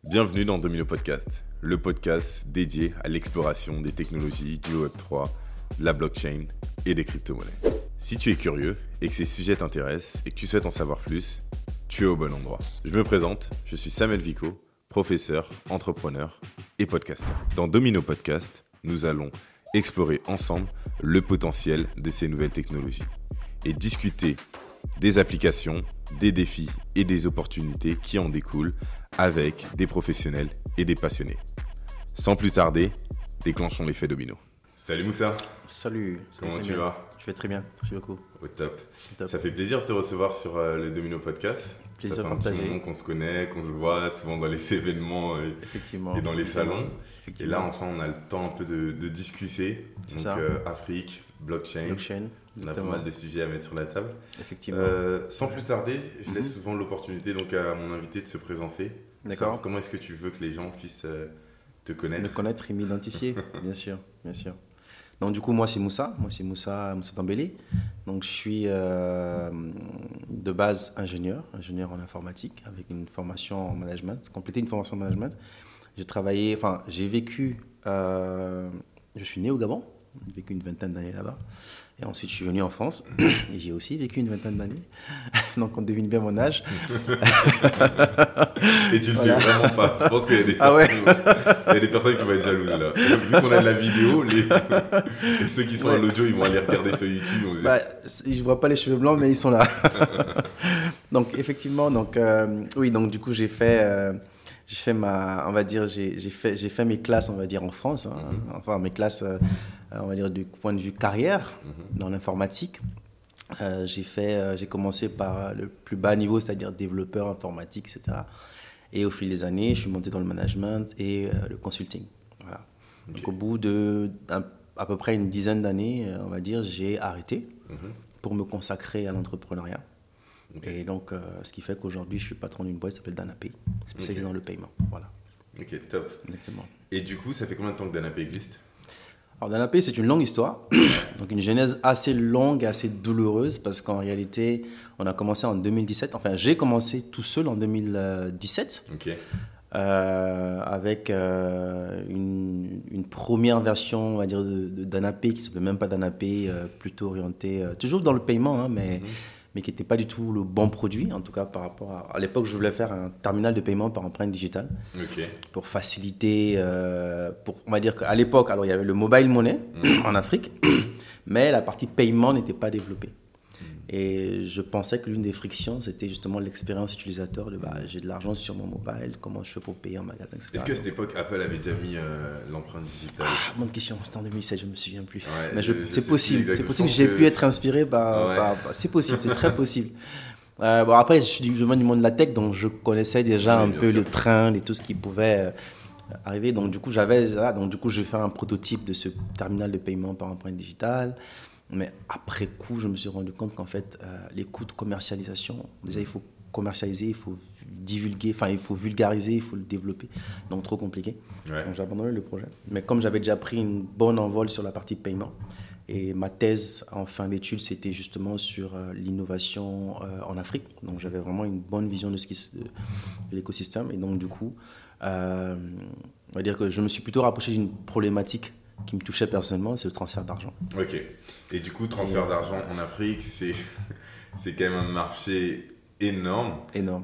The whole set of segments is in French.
Bienvenue dans Domino Podcast, le podcast dédié à l'exploration des technologies du Web3, de la blockchain et des crypto-monnaies. Si tu es curieux et que ces sujets t'intéressent et que tu souhaites en savoir plus, tu es au bon endroit. Je me présente, je suis Samuel Vico, professeur, entrepreneur et podcasteur. Dans Domino Podcast, nous allons explorer ensemble le potentiel de ces nouvelles technologies et discuter des applications, des défis et des opportunités qui en découlent avec des professionnels et des passionnés. Sans plus tarder, déclenchons l'effet domino. Salut Moussa. Salut. Comment tu vas ? Je vais très bien, merci beaucoup. Au top. Ça fait plaisir de te recevoir sur le Domino Podcast. Plaisir ça fait un partagé. petit moment qu'on se connaît, qu'on se voit souvent dans les événements Effectivement. et dans les salons. Et là, enfin, on a le temps un peu de discuter. Donc, Afrique, blockchain. On a pas mal de sujets à mettre sur la table. Effectivement. Sans plus tarder, je laisse souvent l'opportunité donc, à mon invité de se présenter. D'accord. Savoir comment est-ce que tu veux que les gens puissent te connaître. Me connaître et m'identifier, bien sûr. Donc du coup, moi c'est Moussa Dembélé. Donc je suis de base ingénieur en informatique avec une formation en management, complété une formation en management. J'ai vécu, je suis né au Gabon, j'ai vécu une vingtaine d'années là-bas. Et ensuite, je suis venu en France et j'ai aussi vécu une vingtaine d'années. Donc, on devine bien mon âge. Et tu le fais vraiment pas. Je pense qu'il y a des personnes qui vont être jalouses là. Vu qu'on a de la vidéo, et ceux qui sont à l'audio, ils vont aller regarder sur YouTube. Je vois pas les cheveux blancs, mais ils sont là. Donc, effectivement, donc du coup, j'ai fait mes classes, on va dire, en France. Enfin, mes classes, on va dire, du point de vue carrière dans l'informatique. J'ai commencé par le plus bas niveau, c'est-à-dire développeur informatique, etc. Et au fil des années, je suis monté dans le management et le consulting. Voilà. Okay. Donc, au bout à peu près une dizaine d'années, on va dire, j'ai arrêté pour me consacrer à l'entrepreneuriat. Okay. Et donc, ce qui fait qu'aujourd'hui, je suis patron d'une boîte qui s'appelle Danapay, spécialisée dans le paiement. Voilà. Ok, top. Exactement. Et du coup, ça fait combien de temps que Danapay existe ? Alors, Danapay, c'est une longue histoire. Donc, une genèse assez longue et assez douloureuse parce qu'en réalité, on a commencé en 2017. Enfin, j'ai commencé tout seul en 2017. Ok. Avec une première version, on va dire, de Danapay qui ne s'appelait même pas Danapay, plutôt orientée, toujours dans le paiement, mais qui n'était pas du tout le bon produit, en tout cas par rapport à l'époque, je voulais faire un terminal de paiement par empreinte digitale pour faciliter, on va dire qu'à l'époque, alors il y avait le mobile money en Afrique, mais la partie paiement n'était pas développée. Et je pensais que l'une des frictions, c'était justement l'expérience utilisateur de j'ai de l'argent sur mon mobile, comment je fais pour payer en magasin, etc. Est-ce qu'à cette époque, Apple avait déjà mis l'empreinte digitale ? Bonne question, c'était en 2007, je ne me souviens plus. Ouais, mais c'est possible que j'ai pu être inspiré c'est possible, c'est très possible. Après, je suis du monde de la tech, donc je connaissais déjà un peu le train et tout ce qui pouvait arriver. Donc du coup, je vais faire un prototype de ce terminal de paiement par empreinte digitale. Mais après coup, je me suis rendu compte qu'en fait, les coûts de commercialisation, déjà, il faut commercialiser, il faut divulguer, il faut vulgariser, il faut le développer. Donc, trop compliqué. Ouais. Donc, j'ai abandonné le projet. Mais comme j'avais déjà pris une bonne envol sur la partie paiement, et ma thèse en fin d'études, c'était justement sur l'innovation en Afrique. Donc, j'avais vraiment une bonne vision de l'écosystème. Et donc, du coup, on va dire que je me suis plutôt rapproché d'une problématique qui me touchait personnellement, c'est le transfert d'argent. Ok. Et du coup, transfert d'argent en Afrique, c'est quand même un marché énorme. Énorme.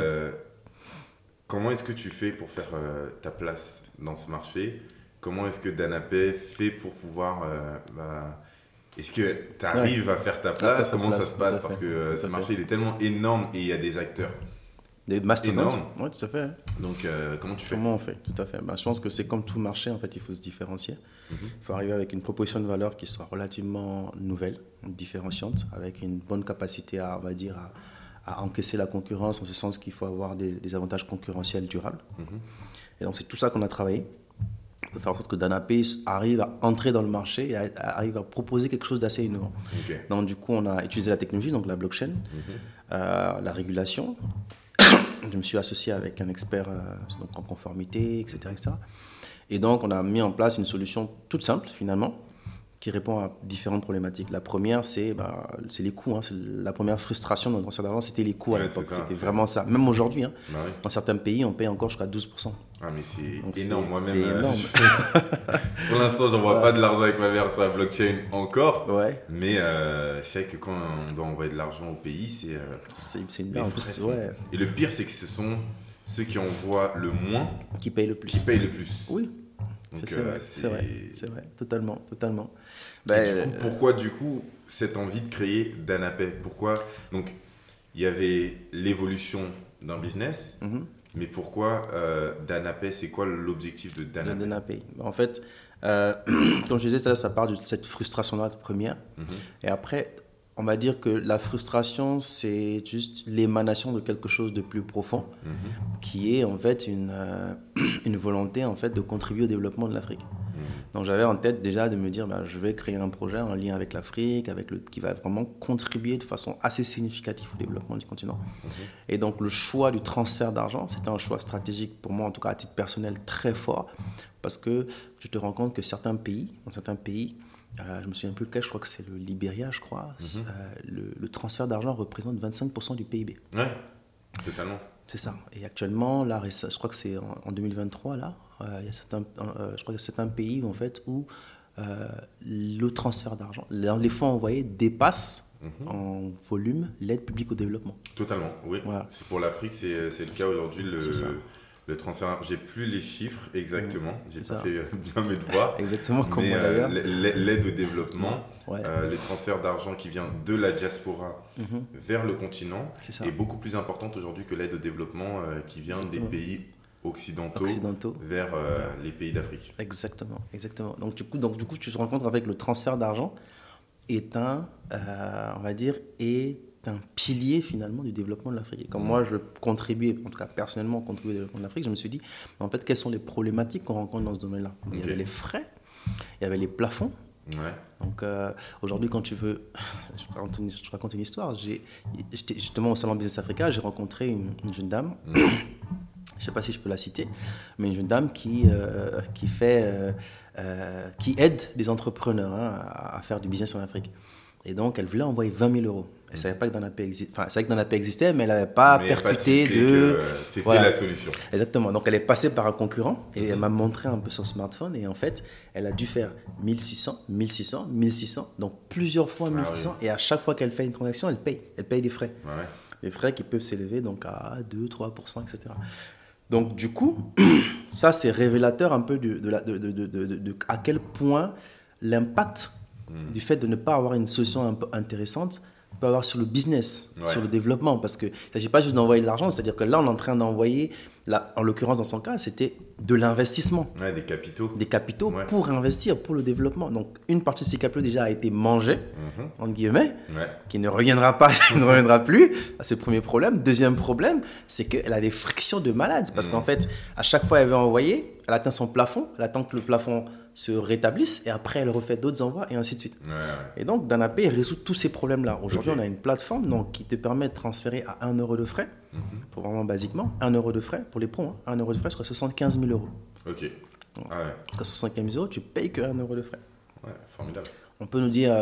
Comment est-ce que tu fais pour faire ta place dans ce marché ? Comment est-ce que Danapay fait pour pouvoir... est-ce que tu arrives à faire ta place ? Comment ça se passe ? Parce que ce marché, il est tellement énorme et il y a des acteurs. Des mastodontes. Oui, tout à fait. Donc, comment tu fais ? Comment on fait ? Tout à fait. Je pense que c'est comme tout marché, en fait, il faut se différencier. Il faut arriver avec une proposition de valeur qui soit relativement nouvelle, différenciante, avec une bonne capacité à, on va dire, à encaisser la concurrence, en ce sens qu'il faut avoir des avantages concurrentiels durables. Et donc, c'est tout ça qu'on a travaillé. On peut faire en sorte que Danapay arrive à entrer dans le marché et arrive à proposer quelque chose d'assez innovant. Okay. Donc, du coup, on a utilisé la technologie, donc la blockchain, la régulation. Je me suis associé avec un expert donc en conformité, etc., etc. Et donc, on a mis en place une solution toute simple, finalement, qui répond à différentes problématiques. La première, c'est les coûts. C'est la première frustration dans le transfert d'argent, c'était les coûts à l'époque. C'était vraiment ça. Même aujourd'hui, dans certains pays, on paye encore jusqu'à 12%. Ah, mais c'est énorme. Moi-même, c'est énorme. Pour l'instant, j'en vois pas de l'argent avec ma mère sur la blockchain encore. Ouais. Mais je sais que quand on doit envoyer de l'argent au pays, c'est énorme. Et le pire, c'est que ce sont ceux qui envoient le moins qui payent le plus. Oui. Donc, c'est vrai. Totalement. Et pourquoi du coup cette envie de créer Danapay? Pourquoi? Donc il y avait l'évolution d'un business, mais pourquoi Danapay? C'est quoi l'objectif de Danapay? En fait, comme je disais, ça part de cette frustration-là première. Et après, on va dire que la frustration, c'est juste l'émanation de quelque chose de plus profond, qui est en fait une volonté en fait de contribuer au développement de l'Afrique. Donc j'avais en tête déjà de me dire, je vais créer un projet en lien avec l'Afrique, qui va vraiment contribuer de façon assez significative au développement du continent. Et donc le choix du transfert d'argent, c'était un choix stratégique pour moi, en tout cas à titre personnel, très fort, parce que tu te rends compte que dans certains pays, je me souviens plus lequel, je crois que c'est le Libéria, le transfert d'argent représente 25% du PIB. Ouais, totalement. C'est ça. Et actuellement, là, je crois que c'est en 2023, là, il y a je crois que c'est un pays en fait, où le transfert d'argent, les fonds envoyés dépassent en volume l'aide publique au développement. Totalement, oui. Voilà. Pour l'Afrique, c'est le cas aujourd'hui. Le transfert, j'ai plus les chiffres exactement, j'ai pas fait bien mes devoirs. Exactement comme moi d'ailleurs. L'aide au développement, les transferts d'argent qui vient de la diaspora vers le continent est beaucoup plus importante aujourd'hui que l'aide au développement qui vient des pays occidentaux. Vers les pays d'Afrique. Exactement. Donc du coup, tu te rends compte avec le transfert d'argent est un pilier finalement du développement de l'Afrique. Et comme moi je contribuais, en tout cas personnellement contribuer au développement de l'Afrique, je me suis dit, en fait, quelles sont les problématiques qu'on rencontre dans ce domaine-là? Il y avait les frais, il y avait les plafonds. Ouais. Donc aujourd'hui, quand tu veux, je raconte une histoire. J'étais justement au Salon Business Africa, j'ai rencontré une jeune dame. Je ne sais pas si je peux la citer, mais une jeune dame qui aide des entrepreneurs à faire du business en Afrique. Et donc, elle voulait envoyer 20 000 euros. Elle ne savait pas que Danapay existait. Enfin, elle savait que Danapay existait, mais elle n'avait pas percuté de... C'était la solution. Exactement. Donc, elle est passée par un concurrent et elle m'a montré un peu son smartphone. Et en fait, elle a dû faire 1600, 1600, 1600. Donc, plusieurs fois 1600. Et à chaque fois qu'elle fait une transaction, elle paye. Elle paye des frais. Ouais. Des frais qui peuvent s'élever donc à 2, 3%, etc. Donc, du coup, ça, c'est révélateur un peu de à quel point l'impact du fait de ne pas avoir une solution un peu intéressante peut avoir sur le business, sur le développement. Parce qu'il ne s'agit pas juste d'envoyer de l'argent, c'est-à-dire que là, on est en train d'envoyer, en l'occurrence dans son cas, c'était de l'investissement. Ouais, des capitaux. Des capitaux pour investir, pour le développement. Donc, une partie de ces capitaux déjà a été mangée, entre guillemets, qui ne reviendra pas, qui ne reviendra plus. C'est le premier problème. Deuxième problème, c'est qu'elle a des frictions de malade. Parce qu'en fait, à chaque fois, elle veut envoyer, elle atteint son plafond, elle attend que le plafond se rétablissent et après elle refait d'autres envois et ainsi de suite. Et donc Danapay résout tous ces problèmes-là. Aujourd'hui, on a une plateforme qui te permet de transférer à 1 euro de frais, pour vraiment basiquement, 1 euro de frais pour les pros, 1 euro de frais jusqu'à 75 000 euros. Ok. Jusqu'à 75 000 euros, tu payes que 1 euro de frais. Ouais, formidable. On peut nous dire,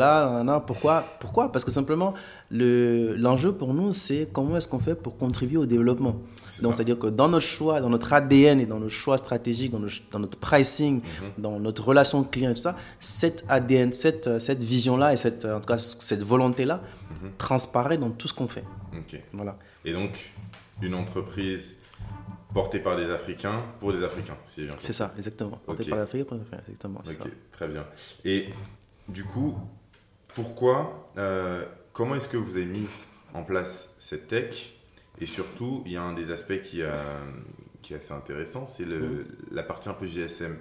pourquoi? Parce que simplement, l'enjeu pour nous, c'est comment est-ce qu'on fait pour contribuer au développement. Donc, c'est-à-dire que dans nos choix, dans notre ADN et dans nos choix stratégiques, dans notre pricing, dans notre relation client et tout ça, cet ADN, cette vision-là et en tout cas, cette volonté-là transparaît dans tout ce qu'on fait. Ok. Voilà. Et donc, une entreprise portée par des Africains pour des Africains, si j'ai bien compris. C'est ça, exactement. Portée par des Africains pour des Africains, exactement. Ok, ça. Très bien. Et du coup, pourquoi, comment est-ce que vous avez mis en place cette tech? Et surtout, il y a un des aspects qui est assez intéressant, c'est la partie un peu GSM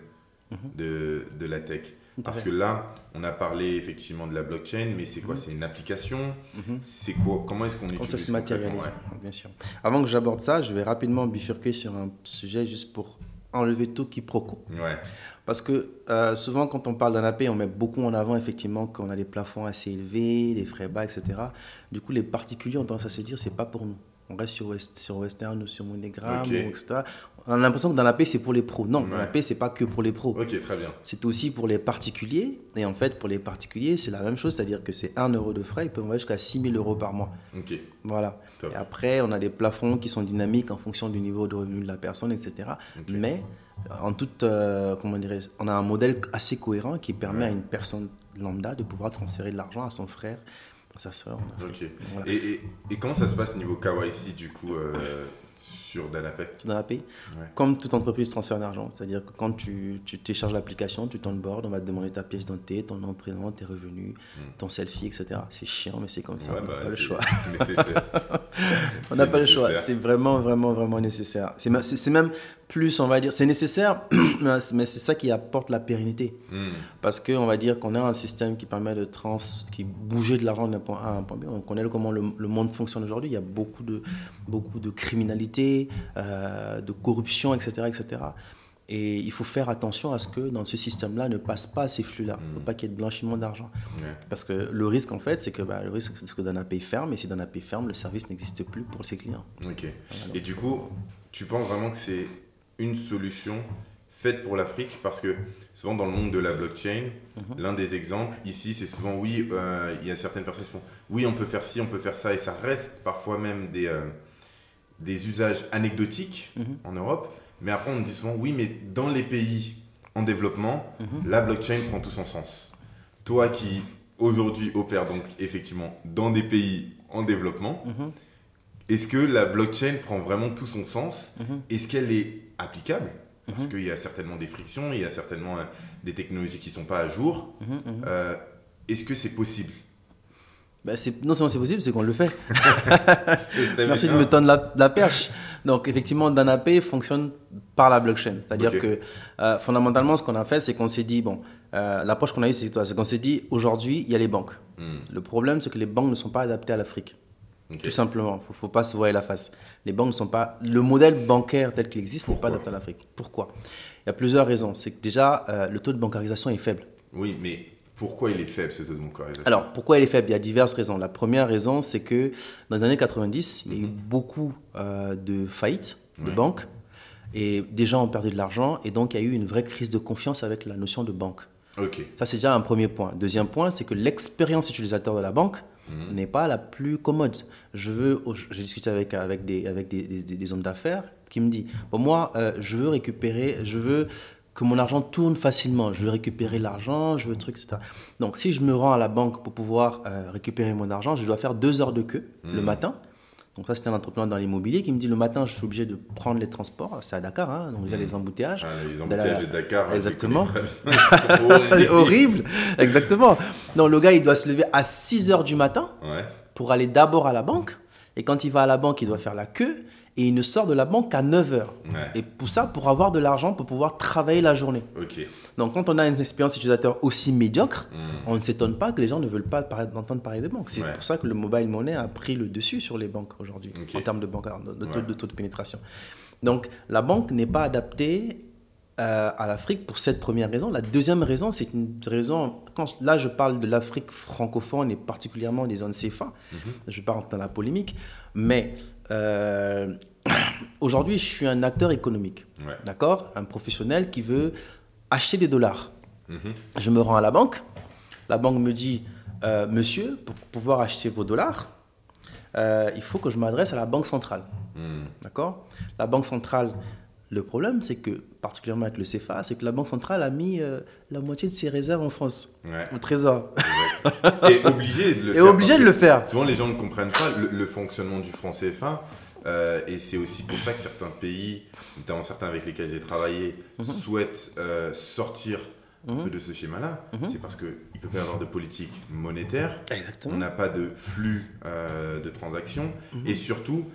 de la tech. Parce que là, on a parlé effectivement de la blockchain, mais c'est quoi? C'est une application? C'est quoi? Comment est-ce qu'on utilise? Comment ça se matérialise? Bien sûr. Avant que j'aborde ça, je vais rapidement bifurquer sur un sujet juste pour enlever tout quiproquo. Ouais. Parce que souvent, quand on parle Danapay, on met beaucoup en avant effectivement qu'on a des plafonds assez élevés, des frais bas, etc. Du coup, les particuliers ont tendance à se dire c'est pas pour nous. on reste sur Western ou sur MoneyGram, etc. On a l'impression que DanaPay, c'est pour les pros. Non, DanaPay, c'est pas que pour les pros. Ok, très bien. C'est aussi pour les particuliers. Et en fait, pour les particuliers, c'est la même chose. C'est-à-dire que c'est 1 euro de frais. Ils peuvent envoyer jusqu'à 6 000 euros par mois. Ok. Voilà. Top. Et après, on a des plafonds qui sont dynamiques en fonction du niveau de revenu de la personne, etc. Okay. Mais, en toute, on a un modèle assez cohérent qui permet à une personne lambda de pouvoir transférer de l'argent à son frère, à sa soeur. Ok. Voilà. Et comment ça se passe niveau KYC, du coup sur DanaPay? Comme toute entreprise transfert d'argent, c'est-à-dire que quand tu télécharges l'application, tu t'onboardes, on va te demander ta pièce d'identité, ton nom, prénom, tes revenus, ton selfie, etc. C'est chiant, mais c'est comme ça, on n'a pas le choix. On n'a pas le choix, c'est vraiment, vraiment, vraiment nécessaire. C'est même plus, on va dire, c'est nécessaire, mais c'est ça qui apporte la pérennité. Parce qu'on va dire qu'on a un système qui permet de bouger de l'argent d'un point A à un point B. On connaît comment le monde fonctionne aujourd'hui. Il y a beaucoup de criminalité, de corruption, etc., etc. Et il faut faire attention à ce que dans ce système-là ne passe pas ces flux-là. Il ne faut pas qu'il y ait de blanchiment d'argent. Parce que le risque, en fait, c'est que DanaPay ferme. Et si DanaPay ferme, le service n'existe plus pour ses clients. Ok. Et du coup, tu penses vraiment que c'est une solution faite pour l'Afrique? Parce que souvent dans le monde de la blockchain, l'un des exemples ici, c'est souvent il y a certaines personnes qui font oui, on peut faire ci, on peut faire ça, et ça reste parfois même des usages anecdotiques en Europe. Mais après, on dit souvent oui, mais dans les pays en développement, la blockchain prend tout son sens. Toi qui aujourd'hui opères donc effectivement dans des pays en développement, est-ce que la blockchain prend vraiment tout son sens? Est-ce qu'elle est applicable? Parce qu'il y a certainement des frictions, il y a certainement des technologies qui ne sont pas à jour. Est-ce que c'est possible? Non seulement c'est possible, c'est qu'on le fait. Merci de me tendre la perche. Donc effectivement, DanaPay fonctionne par la blockchain. C'est-à-dire que fondamentalement, ce qu'on a fait, c'est qu'on s'est dit, l'approche qu'on a eue, c'est qu'on s'est dit, aujourd'hui, il y a les banques. Le problème, c'est que les banques ne sont pas adaptées à l'Afrique. Tout simplement, il ne faut pas se voiler la face. Les banques ne sont pas... Le modèle bancaire tel qu'il existe n'est pas adapté à l'Afrique. Pourquoi? Il y a plusieurs raisons. C'est que déjà, le taux de bancarisation est faible. Oui, mais pourquoi il est faible, ce taux de bancarisation? Alors, pourquoi il est faible? Il y a diverses raisons. La première raison, c'est que dans les années 90, il y a eu beaucoup de faillites de banques et des gens ont perdu de l'argent et donc il y a eu une vraie crise de confiance avec la notion de banque. Ça, c'est déjà un premier point. Deuxième point, c'est que l'expérience utilisateur de la banque n'est pas la plus commode. J'ai discuté avec des hommes d'affaires qui me disent moi, je veux que mon argent tourne facilement. Je veux récupérer l'argent, je veux truc, etc. Donc, si je me rends à la banque pour pouvoir récupérer mon argent, je dois faire 2 heures de queue le matin. Donc, ça, c'était un entrepreneur dans l'immobilier qui me dit le matin, je suis obligé de prendre les transports. C'est à Dakar, donc il y a les embouteillages. Les embouteillages de Dakar, exactement. C'est horrible. Exactement. Donc, le gars, il doit se lever à 6 heures du matin pour aller d'abord à la banque. Et quand il va à la banque, il doit faire la queue. Et il ne sort de la banque qu'à 9 heures. Et pour ça, pour avoir de l'argent, pour pouvoir travailler la journée. Donc, quand on a une expérience utilisateur aussi médiocre, on ne s'étonne pas que les gens ne veulent pas entendre parler des banques. C'est pour ça que le mobile money a pris le dessus sur les banques aujourd'hui, en termes de taux de pénétration. Donc, la banque n'est pas adaptée à l'Afrique pour cette première raison. La deuxième raison, c'est une raison... Là, je parle de l'Afrique francophone et particulièrement des zones CFA. Je ne vais pas rentrer dans la polémique, mais... aujourd'hui, je suis un acteur économique, d'accord, un professionnel qui veut acheter des dollars. Je me rends à la banque me dit monsieur, pour pouvoir acheter vos dollars, il faut que je m'adresse à la banque centrale. D'accord? La banque centrale, le problème, c'est que, particulièrement avec le CFA, c'est que la banque centrale a mis la moitié de ses réserves en France, au trésor. Et obligé de le faire. Souvent, les gens ne comprennent pas le fonctionnement du franc CFA. Et c'est aussi pour ça que certains pays, notamment certains avec lesquels j'ai travaillé, souhaitent sortir un peu de ce schéma-là. C'est parce qu'il ne peut pas y avoir de politique monétaire. On n'a pas de flux de transactions. Et surtout...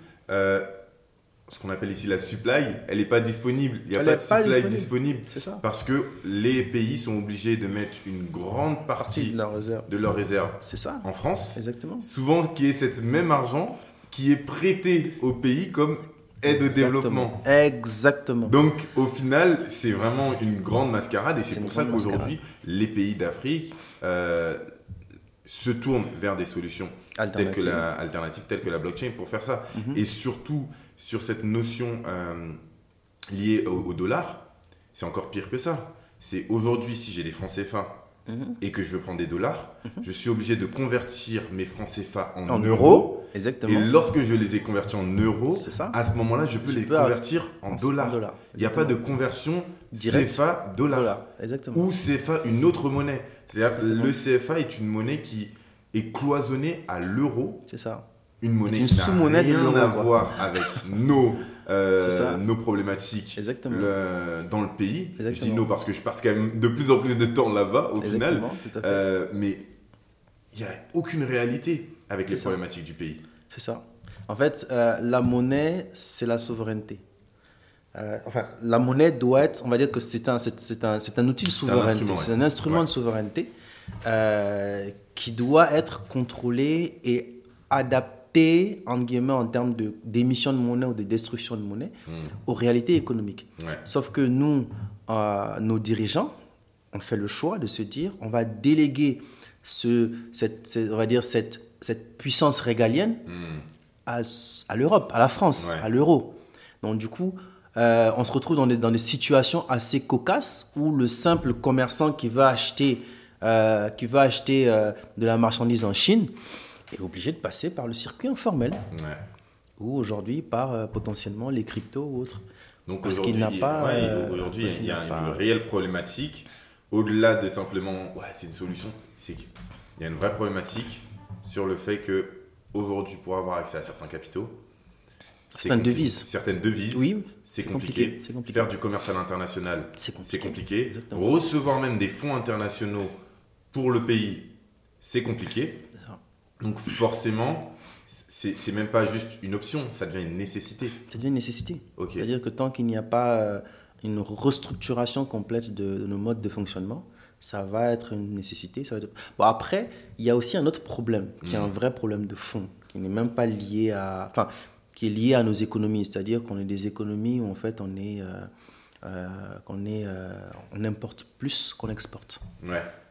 ce qu'on appelle ici la supply, elle n'est pas disponible. Il n'y a pas de supply disponible. Parce que les pays sont obligés de mettre une grande partie de leurs réserves en France. Souvent, qui est cet même argent qui est prêté au pays comme aide au développement. Donc, au final, c'est vraiment une grande mascarade. Et c'est pour ça qu'aujourd'hui, les pays d'Afrique se tournent vers des solutions telles que la blockchain pour faire ça. Et surtout, sur cette notion liée au dollar, c'est encore pire que ça. C'est aujourd'hui, si j'ai des francs CFA et que je veux prendre des dollars, je suis obligé de convertir mes francs CFA en euros. Exactement. Et lorsque je les ai convertis en euros, à ce moment-là, je peux les convertir en dollars. Il n'y a pas de conversion CFA-dollar. Ou CFA, une autre monnaie. C'est-à-dire le CFA est une monnaie qui est cloisonnée à l'euro. C'est ça. Une monnaie qui n'a rien à voir avec nos problématiques dans le pays. Exactement. Je dis nos parce que je passe quand même de plus en plus de temps là-bas au final. Tout à fait. Mais il n'y a aucune réalité avec les problématiques du pays. C'est ça. En fait, la monnaie, c'est la souveraineté. La monnaie doit être, on va dire que c'est un outil de souveraineté. C'est un instrument de souveraineté qui doit être contrôlé et adapté, entre guillemets, en termes d'émission de monnaie ou de destruction de monnaie aux réalités économiques. Sauf que nous, nos dirigeants, on fait le choix de se dire, on va déléguer on va dire cette puissance régalienne à l'Europe, à la France, à l'euro. Donc du coup, on se retrouve dans des situations assez cocasses où le simple commerçant qui va acheter de la marchandise en Chine est obligé de passer par le circuit informel. Ou aujourd'hui par potentiellement les cryptos ou autres. Donc aujourd'hui, il y a une réelle problématique. Au-delà de simplement, c'est une solution, c'est qu'il y a une vraie problématique sur le fait qu'aujourd'hui, pour avoir accès à certains capitaux, certaines devises, oui, c'est compliqué. Faire du commerce à l'international, c'est compliqué. Exactement. Recevoir même des fonds internationaux pour le pays, c'est compliqué. Donc forcément, c'est même pas juste une option, ça devient une nécessité. Ça devient une nécessité. C'est-à-dire que tant qu'il n'y a pas une restructuration complète de nos modes de fonctionnement, ça va être une nécessité. Bon, après, il y a aussi un autre problème, qui est un vrai problème de fond, qui n'est même pas lié qui est lié à nos économies. C'est-à-dire qu'on est des économies où en fait on importe plus qu'on exporte. D'accord ?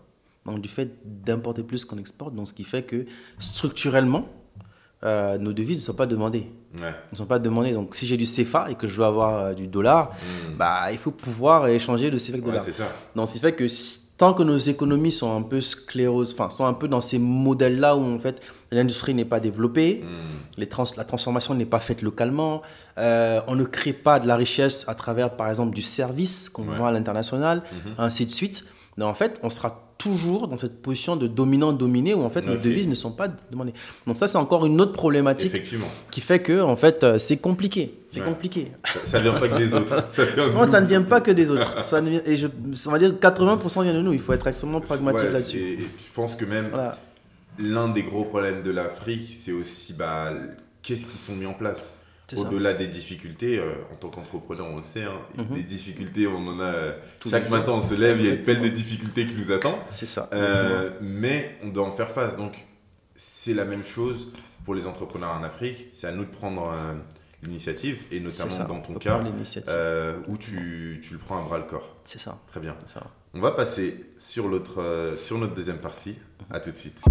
Donc du fait d'importer plus qu'on exporte, donc ce qui fait que structurellement, nos devises ne sont pas demandées. Ne sont pas demandées. Donc si j'ai du CFA et que je veux avoir du dollar, il faut pouvoir échanger le CFA avec dollar. C'est ça. Donc ce qui fait que tant que nos économies sont un peu sont un peu dans ces modèles-là où en fait l'industrie n'est pas développée, la transformation n'est pas faite localement, on ne crée pas de la richesse à travers par exemple du service qu'on vend à l'international, ainsi de suite. Donc en fait, on sera toujours dans cette position de dominant-dominé où en fait nos devises ne sont pas demandées. Donc ça, c'est encore une autre problématique qui fait que en fait, c'est compliqué. C'est compliqué. Ça vient pas que des autres. Non, ça ne vient pas que des autres. On va dire que 80% vient de nous. Il faut être extrêmement pragmatique là-dessus. Et je pense que même l'un des gros problèmes de l'Afrique, c'est aussi qu'est-ce qu'ils sont mis en place. Au-delà des difficultés, en tant qu'entrepreneur, on le sait, des difficultés, on en a. Chaque matin, on se lève, il y a une pelle de difficultés qui nous attend. C'est ça. Mais on doit en faire face. Donc, c'est la même chose pour les entrepreneurs en Afrique. C'est à nous de prendre l'initiative, et notamment dans ton cas, où tu le prends à bras le corps. C'est ça. Très bien. Ça. On va passer sur notre deuxième partie. À tout de suite.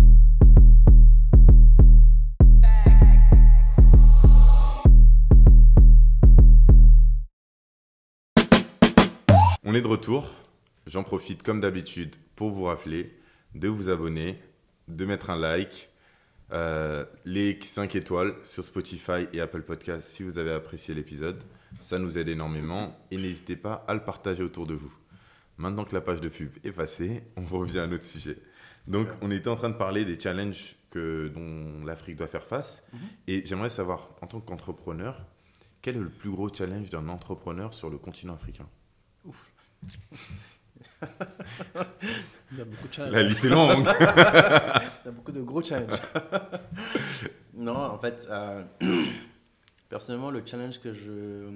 On est de retour. J'en profite comme d'habitude pour vous rappeler de vous abonner, de mettre un like, les 5 étoiles sur Spotify et Apple Podcasts si vous avez apprécié l'épisode. Ça nous aide énormément et n'hésitez pas à le partager autour de vous. Maintenant que la page de pub est passée, on revient à notre sujet. Donc, on était en train de parler des challenges dont l'Afrique doit faire face. Et j'aimerais savoir, en tant qu'entrepreneur, quel est le plus gros challenge d'un entrepreneur sur le continent africain ? Ouf. Il y a beaucoup de challenges. La liste est longue. Il y a beaucoup de gros challenges. Non, en fait, personnellement, le challenge que je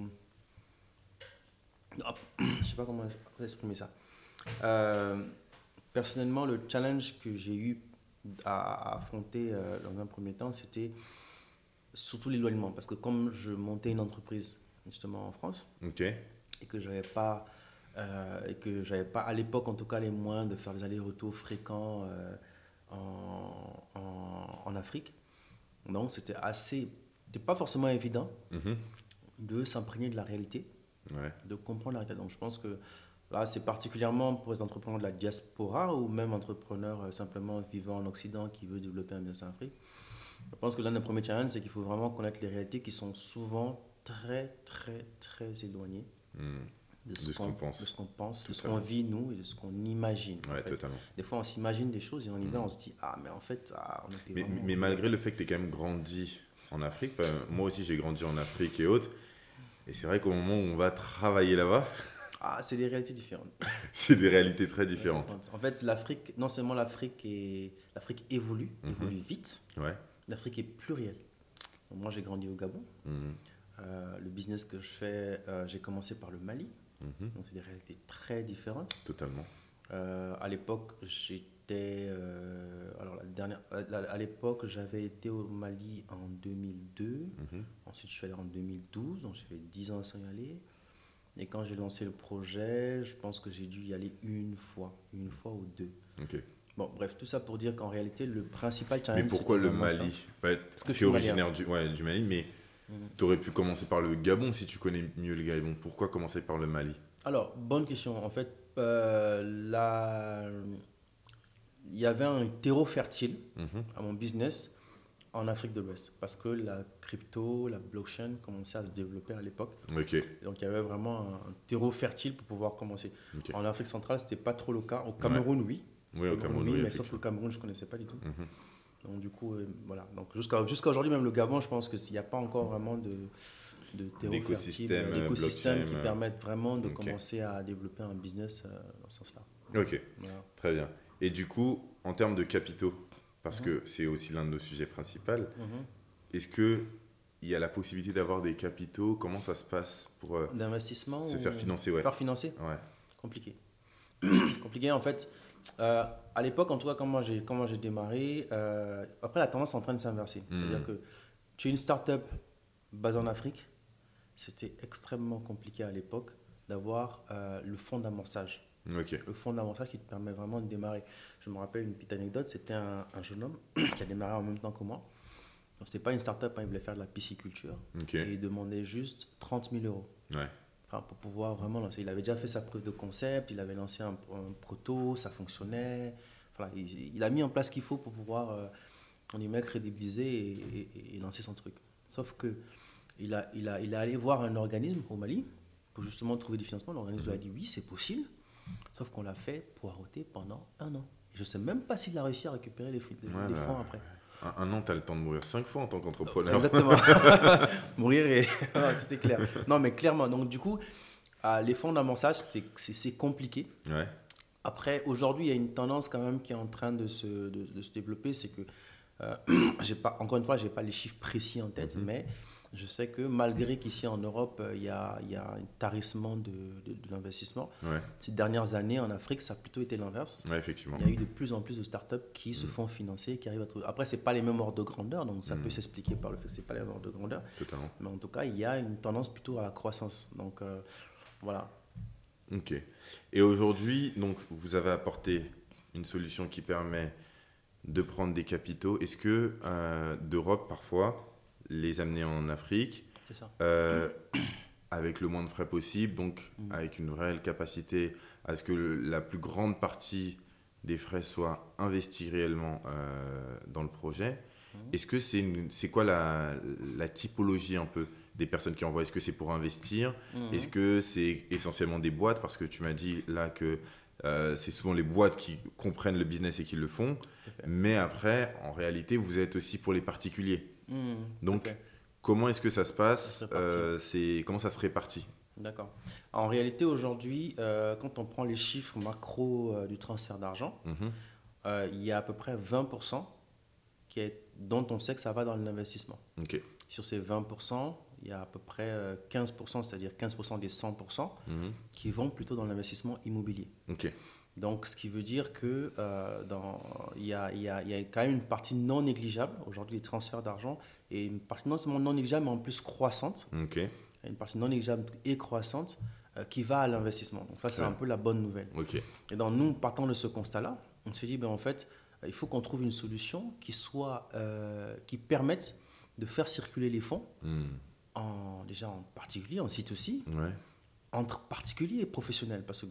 sais pas comment exprimer ça. Personnellement, le challenge que j'ai eu à affronter dans un premier temps, c'était surtout l'éloignement. Parce que comme je montais une entreprise justement en France, et que j'avais pas à l'époque en tout cas les moyens de faire des allers-retours fréquents en Afrique. Donc, c'était pas forcément évident de s'imprégner de la réalité, de comprendre la réalité. Donc, je pense que là, c'est particulièrement pour les entrepreneurs de la diaspora ou même entrepreneurs simplement vivant en Occident qui veulent développer un business en Afrique. Je pense que l'un des premiers challenges, c'est qu'il faut vraiment connaître les réalités qui sont souvent très, très, très éloignées de ce qu'on pense, de ce qu'on vit nous et de ce qu'on imagine. Totalement. Des fois, on s'imagine des choses et on y va, on se dit, mais en fait, on était vraiment... Mais malgré le fait que tu aies quand même grandi en Afrique, moi aussi j'ai grandi en Afrique et autres, et c'est vrai qu'au moment où on va travailler là-bas... c'est des réalités différentes. C'est des réalités très différentes. En fait, l'Afrique, non seulement l'Afrique évolue vite, l'Afrique est plurielle. Donc, moi, j'ai grandi au Gabon. Le business que je fais, j'ai commencé par le Mali. Donc, c'est des réalités très différentes. Totalement. À l'époque, à l'époque, j'avais été au Mali en 2002. Ensuite, je suis allé en 2012. Donc, j'ai fait 10 ans sans y aller. Et quand j'ai lancé le projet, je pense que j'ai dû y aller une fois ou deux. Bon, bref, tout ça pour dire qu'en réalité, le principal challenge... Mais pourquoi le Mali? Parce que tu es originaire du Mali, mais tu aurais pu commencer par le Gabon si tu connais mieux le Gabon. Pourquoi commencer par le Mali? Alors, bonne question. En fait, il y avait un terreau fertile à mon business en Afrique de l'Ouest parce que la crypto, la blockchain commençait à se développer à l'époque. Donc, il y avait vraiment un terreau fertile pour pouvoir commencer. En Afrique centrale, ce n'était pas trop le cas. Au Cameroun, oui. Oui, au Cameroun, oui, mais sauf que le Cameroun, je ne connaissais pas du tout. Donc, du coup, voilà. Donc, jusqu'à aujourd'hui, même le Gabon, je pense qu'il n'y a pas encore vraiment de terreau fertile, d'écosystème qui permettent vraiment de commencer à développer un business dans ce sens-là. Voilà. Très bien. Et du coup, en termes de capitaux, parce que c'est aussi l'un de nos sujets principaux, est-ce qu'il y a la possibilité d'avoir des capitaux? Comment ça se passe pour d'investissement se faire financer? Faire financer? Compliqué. Compliqué, en fait. À l'époque, en tout cas, quand moi j'ai démarré, après la tendance est en train de s'inverser. C'est-à-dire que tu es une start-up basée en Afrique, c'était extrêmement compliqué à l'époque d'avoir le fonds d'amorçage. Le fonds d'amorçage qui te permet vraiment de démarrer. Je me rappelle une petite anecdote, c'était un jeune homme qui a démarré en même temps que moi. Donc, ce n'était pas une start-up, il voulait faire de la pisciculture. Et il demandait juste 30 000 euros. Pour pouvoir vraiment lancer. Il avait déjà fait sa preuve de concept, il avait lancé un proto, ça fonctionnait. Il a mis en place ce qu'il faut pour pouvoir crédibiliser et lancer son truc. Sauf que il est allé voir un organisme au Mali pour justement trouver du financement. L'organisme lui a dit oui, c'est possible. Sauf qu'on l'a fait poireauter pendant 1 an. Et je ne sais même pas s'il a réussi à récupérer les fonds après. Un an, tu as le temps de mourir 5 fois en tant qu'entrepreneur. Exactement. Mourir c'était clair. Non, mais clairement. Donc, du coup, les fonds d'amorçage, c'est compliqué. Après, aujourd'hui, il y a une tendance quand même qui est en train de se développer. C'est que, encore une fois, je n'ai pas les chiffres précis en tête, mais je sais que malgré qu'ici en Europe, il y a un tarissement de l'investissement, ces dernières années en Afrique, ça a plutôt été l'inverse. Effectivement. Il y a eu de plus en plus de startups qui se font financer, qui arrivent à trouver. Après, ce n'est pas les mêmes ordres de grandeur, donc ça peut s'expliquer par le fait que ce n'est pas les mêmes ordres de grandeur. Totalement. Mais en tout cas, il y a une tendance plutôt à la croissance. Donc, voilà. Ok. Et aujourd'hui, donc, vous avez apporté une solution qui permet de prendre des capitaux. Est-ce que d'Europe, parfois, les amener en Afrique, c'est ça. avec le moins de frais possible, donc avec une réelle capacité à ce que la plus grande partie des frais soit investie réellement dans le projet. Est-ce que c'est quoi la typologie un peu des personnes qui envoient? Est-ce que c'est pour investir? Est-ce que c'est essentiellement des boîtes? Parce que tu m'as dit là que c'est souvent les boîtes qui comprennent le business et qui le font. Mais après, en réalité, vous êtes aussi pour les particuliers. Donc, comment est-ce que ça se passe? Comment ça se répartit? D'accord. En réalité, aujourd'hui, quand on prend les chiffres macro du transfert d'argent, il y a à peu près 20% dont on sait que ça va dans l'investissement. Sur ces 20%, il y a à peu près 15%, c'est-à-dire 15% des 100% qui vont plutôt dans l'investissement immobilier. Donc, ce qui veut dire qu'il y a quand même une partie non négligeable, aujourd'hui, des transferts d'argent, et une partie non seulement non négligeable, mais en plus croissante. Une partie non négligeable et croissante qui va à l'investissement. Donc, ça, c'est un peu la bonne nouvelle. Et donc, nous, partant de ce constat-là, on s'est dit, en fait, il faut qu'on trouve une solution qui permette de faire circuler les fonds, déjà en particulier, en C2C, entre particuliers et professionnels. Parce que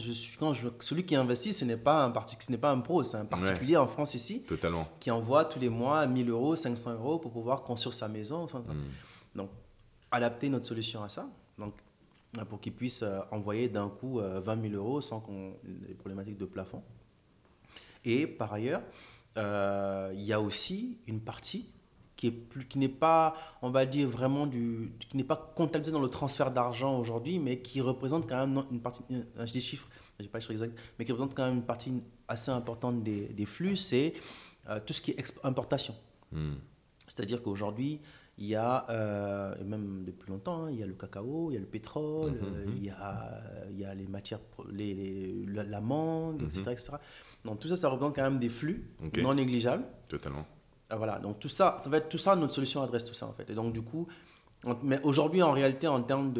celui qui investit, ce n'est pas un pro, c'est un particulier en France ici, qui envoie tous les mois 1 000 euros, 500 euros pour pouvoir construire sa maison. Donc, adapter notre solution à ça, donc, pour qu'il puisse envoyer d'un coup 20 000 euros sans les problématiques de plafond. Et par ailleurs, il y a aussi une partie qui n'est pas, on va dire vraiment qui n'est pas comptabilisée dans le transfert d'argent aujourd'hui, mais qui représente quand même une partie, j'ai des chiffres, je n'ai pas les chiffres exacts, mais qui représente quand même une partie assez importante des flux, c'est tout ce qui est importation. C'est-à-dire qu'aujourd'hui, il y a, et même depuis longtemps, il y a le cacao, il y a le pétrole, il y a les matières, la mangue, etc. Donc tout ça, ça représente quand même des flux non négligeables. Totalement. Voilà, donc tout ça, notre solution adresse tout ça en fait. Et donc du coup, mais aujourd'hui en réalité, en termes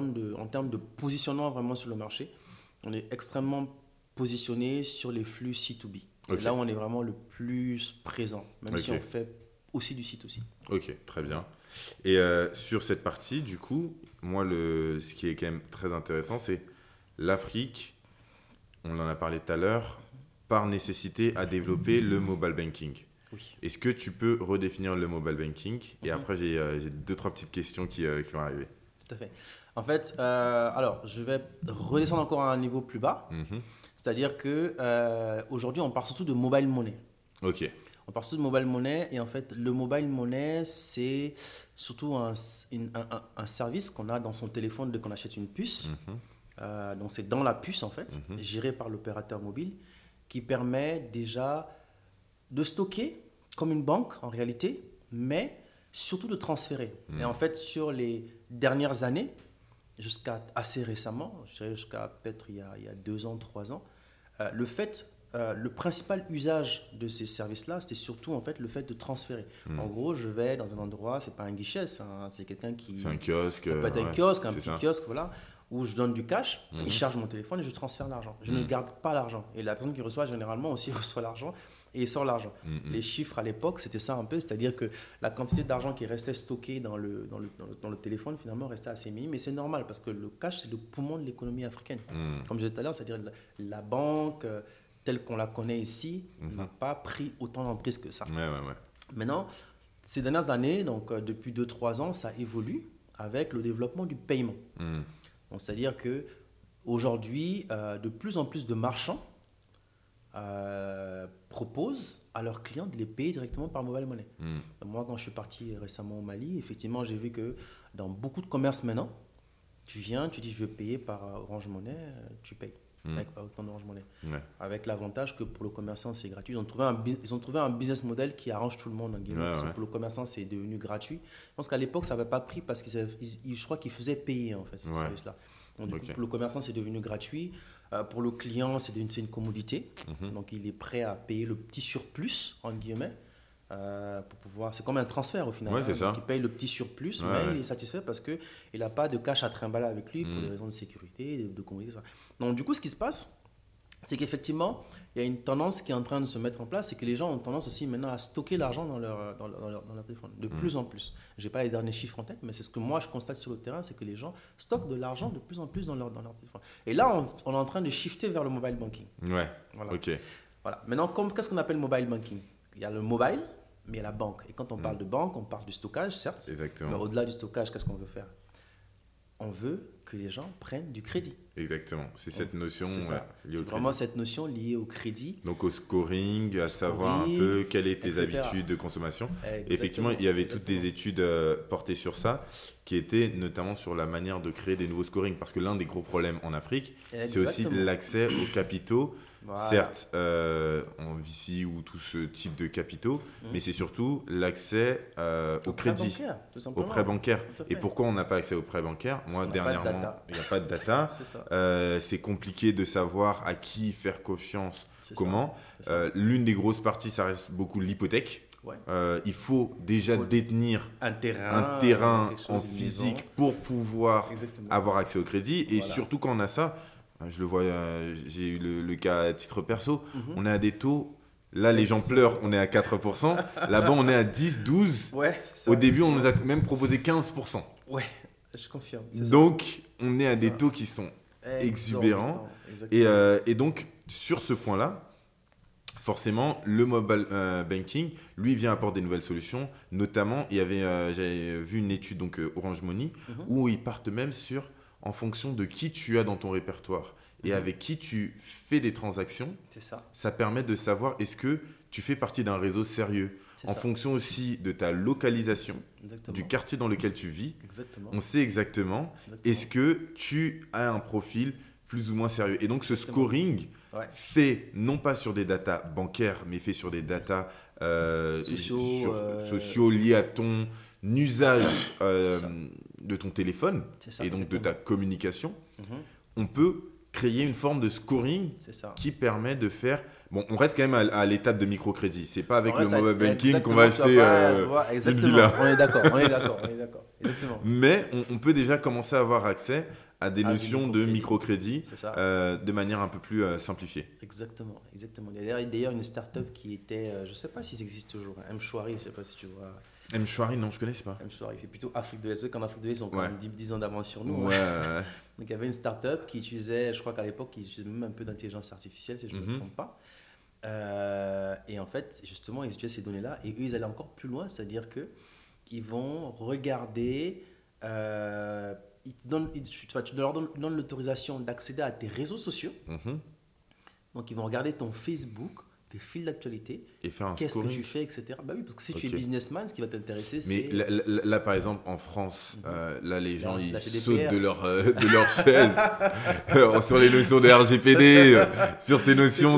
de positionnement vraiment sur le marché, on est extrêmement positionné sur les flux C2B. Okay. Là où on est vraiment le plus présent, même si on fait aussi du site aussi. Ok, très bien. Et sur cette partie, du coup, moi, ce qui est quand même très intéressant, c'est l'Afrique, on en a parlé tout à l'heure, par nécessité à développer le mobile banking. Oui. Est-ce que tu peux redéfinir le mobile banking ? Et après, j'ai 2-3 petites questions qui vont arriver. Tout à fait. En fait, alors, je vais redescendre encore à un niveau plus bas. C'est-à-dire qu'aujourd'hui, on parle surtout de mobile money. Ok. On parle surtout de mobile money. Et en fait, le mobile money, c'est surtout un service qu'on a dans son téléphone dès qu'on achète une puce. Donc, c'est dans la puce, en fait, géré par l'opérateur mobile, qui permet déjà de stocker comme une banque en réalité, mais surtout de transférer. Et en fait, sur les dernières années, jusqu'à assez récemment, je dirais jusqu'à peut-être il y a 2 ans, 3 ans, le principal usage de ces services-là, c'était surtout en fait le fait de transférer. En gros, je vais dans un endroit, c'est pas un guichet, c'est quelqu'un qui... C'est un kiosque. Ça peut être un kiosque, un petit kiosque, voilà, où je donne du cash, il charge mon téléphone et je transfère l'argent. Je ne garde pas l'argent. Et la personne qui reçoit, généralement aussi reçoit l'argent et il sort l'argent. Les chiffres à l'époque, c'était ça un peu, c'est-à-dire que la quantité d'argent qui restait stockée dans le téléphone, finalement, restait assez minime. Mais c'est normal parce que le cash, c'est le poumon de l'économie africaine. Comme je disais tout à l'heure, c'est-à-dire la banque telle qu'on la connaît ici n'a pas pris autant d'emprise que ça. Maintenant, ces dernières années, donc depuis 2-3 ans, ça évolue avec le développement du paiement. Donc, c'est-à-dire qu'aujourd'hui, de plus en plus de marchands proposent à leurs clients de les payer directement par mobile money. Moi, quand je suis parti récemment au Mali, effectivement, j'ai vu que dans beaucoup de commerces maintenant, tu viens, tu dis je veux payer par Orange Money, tu payes avec autant d'Orange Money. Avec l'avantage que pour le commerçant, c'est gratuit. Ils ont trouvé un business model qui arrange tout le monde. Pour le commerçant, c'est devenu gratuit. Je pense qu'à l'époque, ça n'avait pas pris parce que je crois qu'ils faisaient payer en fait, ce service-là. Donc, du coup, pour le commerçant, c'est devenu gratuit. Pour le client, c'est une commodité. Donc, il est prêt à payer le petit surplus, entre guillemets, pour pouvoir... C'est comme un transfert au final. C'est ça. Donc, il paye le petit surplus, mais il est satisfait parce qu'il n'a pas de cash à trimballer avec lui pour des raisons de sécurité, de commodité. Donc, du coup, ce qui se passe, c'est qu'effectivement, il y a une tendance qui est en train de se mettre en place, c'est que les gens ont tendance aussi maintenant à stocker l'argent dans leur téléphone, de plus en plus. Je n'ai pas les derniers chiffres en tête, mais c'est ce que moi je constate sur le terrain, c'est que les gens stockent de l'argent de plus en plus dans leur téléphone. Et là, on est en train de shifter vers le mobile banking. Voilà. Maintenant, qu'est-ce qu'on appelle mobile banking ? Il y a le mobile, mais il y a la banque. Et quand on parle de banque, on parle du stockage, certes. Exactement. Mais au-delà du stockage, qu'est-ce qu'on veut faire ? On veut que les gens prennent du crédit. Exactement. C'est cette notion liée au crédit. C'est vraiment cette notion liée au crédit. Donc au scoring, à savoir un peu quelles étaient tes habitudes de consommation. Effectivement, il y avait toutes des études portées sur ça, qui étaient notamment sur la manière de créer des nouveaux scorings. Parce que l'un des gros problèmes en Afrique, c'est aussi l'accès aux capitaux. Certes, en VC ou tout ce type de capitaux, mais c'est surtout l'accès au crédit, au prêt bancaire. Et pourquoi on n'a pas accès au prêt bancaire ? Moi, dernièrement, il n'y a pas de data. C'est compliqué de savoir à qui faire confiance, comment. L'une des grosses parties, ça reste beaucoup l'hypothèque. Il faut déjà détenir un terrain en physique pour pouvoir avoir accès au crédit. Et surtout quand on a ça, je le vois, j'ai eu le cas à titre perso, on a des taux Là, les gens pleurent, on est à 4%. Là-bas, on est à 10, 12. Ouais, c'est ça. Au début, on nous a même proposé 15%. Ouais, je confirme. Donc, on est à C'est des ça. taux qui sont exubérants. Et donc, sur ce point-là, forcément, le mobile banking, lui, vient apporter des nouvelles solutions. Notamment, j'avais vu une étude, donc Orange Money, où ils partent même en fonction de qui tu as dans ton répertoire et avec qui tu fais des transactions. C'est ça. Ça permet de savoir est-ce que tu fais partie d'un réseau sérieux. En fonction aussi de ta localisation, du quartier dans lequel tu vis, on sait exactement est-ce que tu as un profil plus ou moins sérieux. Et donc, ce scoring fait non pas sur des datas bancaires, mais fait sur des datas sociaux liés à ton usage de ton téléphone et donc de ta communication. On peut créer une forme de scoring qui permet de faire... Bon, on reste quand même à l'étape de microcrédit. C'est pas avec le mobile banking qu'on va acheter une villa. On est d'accord. Exactement. Mais on peut déjà commencer à avoir accès à des notions de microcrédit de manière un peu plus simplifiée. Exactement. Il y a d'ailleurs une start-up qui était, je ne sais pas si ça existe toujours, M-Chouari, je ne sais pas si tu vois. M-Chouari, non, je ne connais pas. M-Chouari, c'est plutôt Afrique de l'Est. Qu'en Afrique de l'Est, ils ont quand même 10 ans d'avance sur nous. Ouais. Donc il y avait une start-up qui utilisait, je crois qu'à l'époque, ils utilisaient même un peu d'intelligence artificielle, si je ne me trompe pas. Et en fait, justement, ils utilisaient ces données-là et eux, ils allaient encore plus loin, c'est-à-dire qu'ils vont regarder... tu leur donnes l'autorisation d'accéder à tes réseaux sociaux. Donc, ils vont regarder ton Facebook, tes fils d'actualité, et faire un qu'est-ce scoring. que tu fais, etc. Bah oui, parce que si tu es businessman, ce qui va t'intéresser, mais c'est... là, par exemple, en France, là, les gens, ils CDPR. sautent de leur chaise sur les notions de RGPD, sur ces notions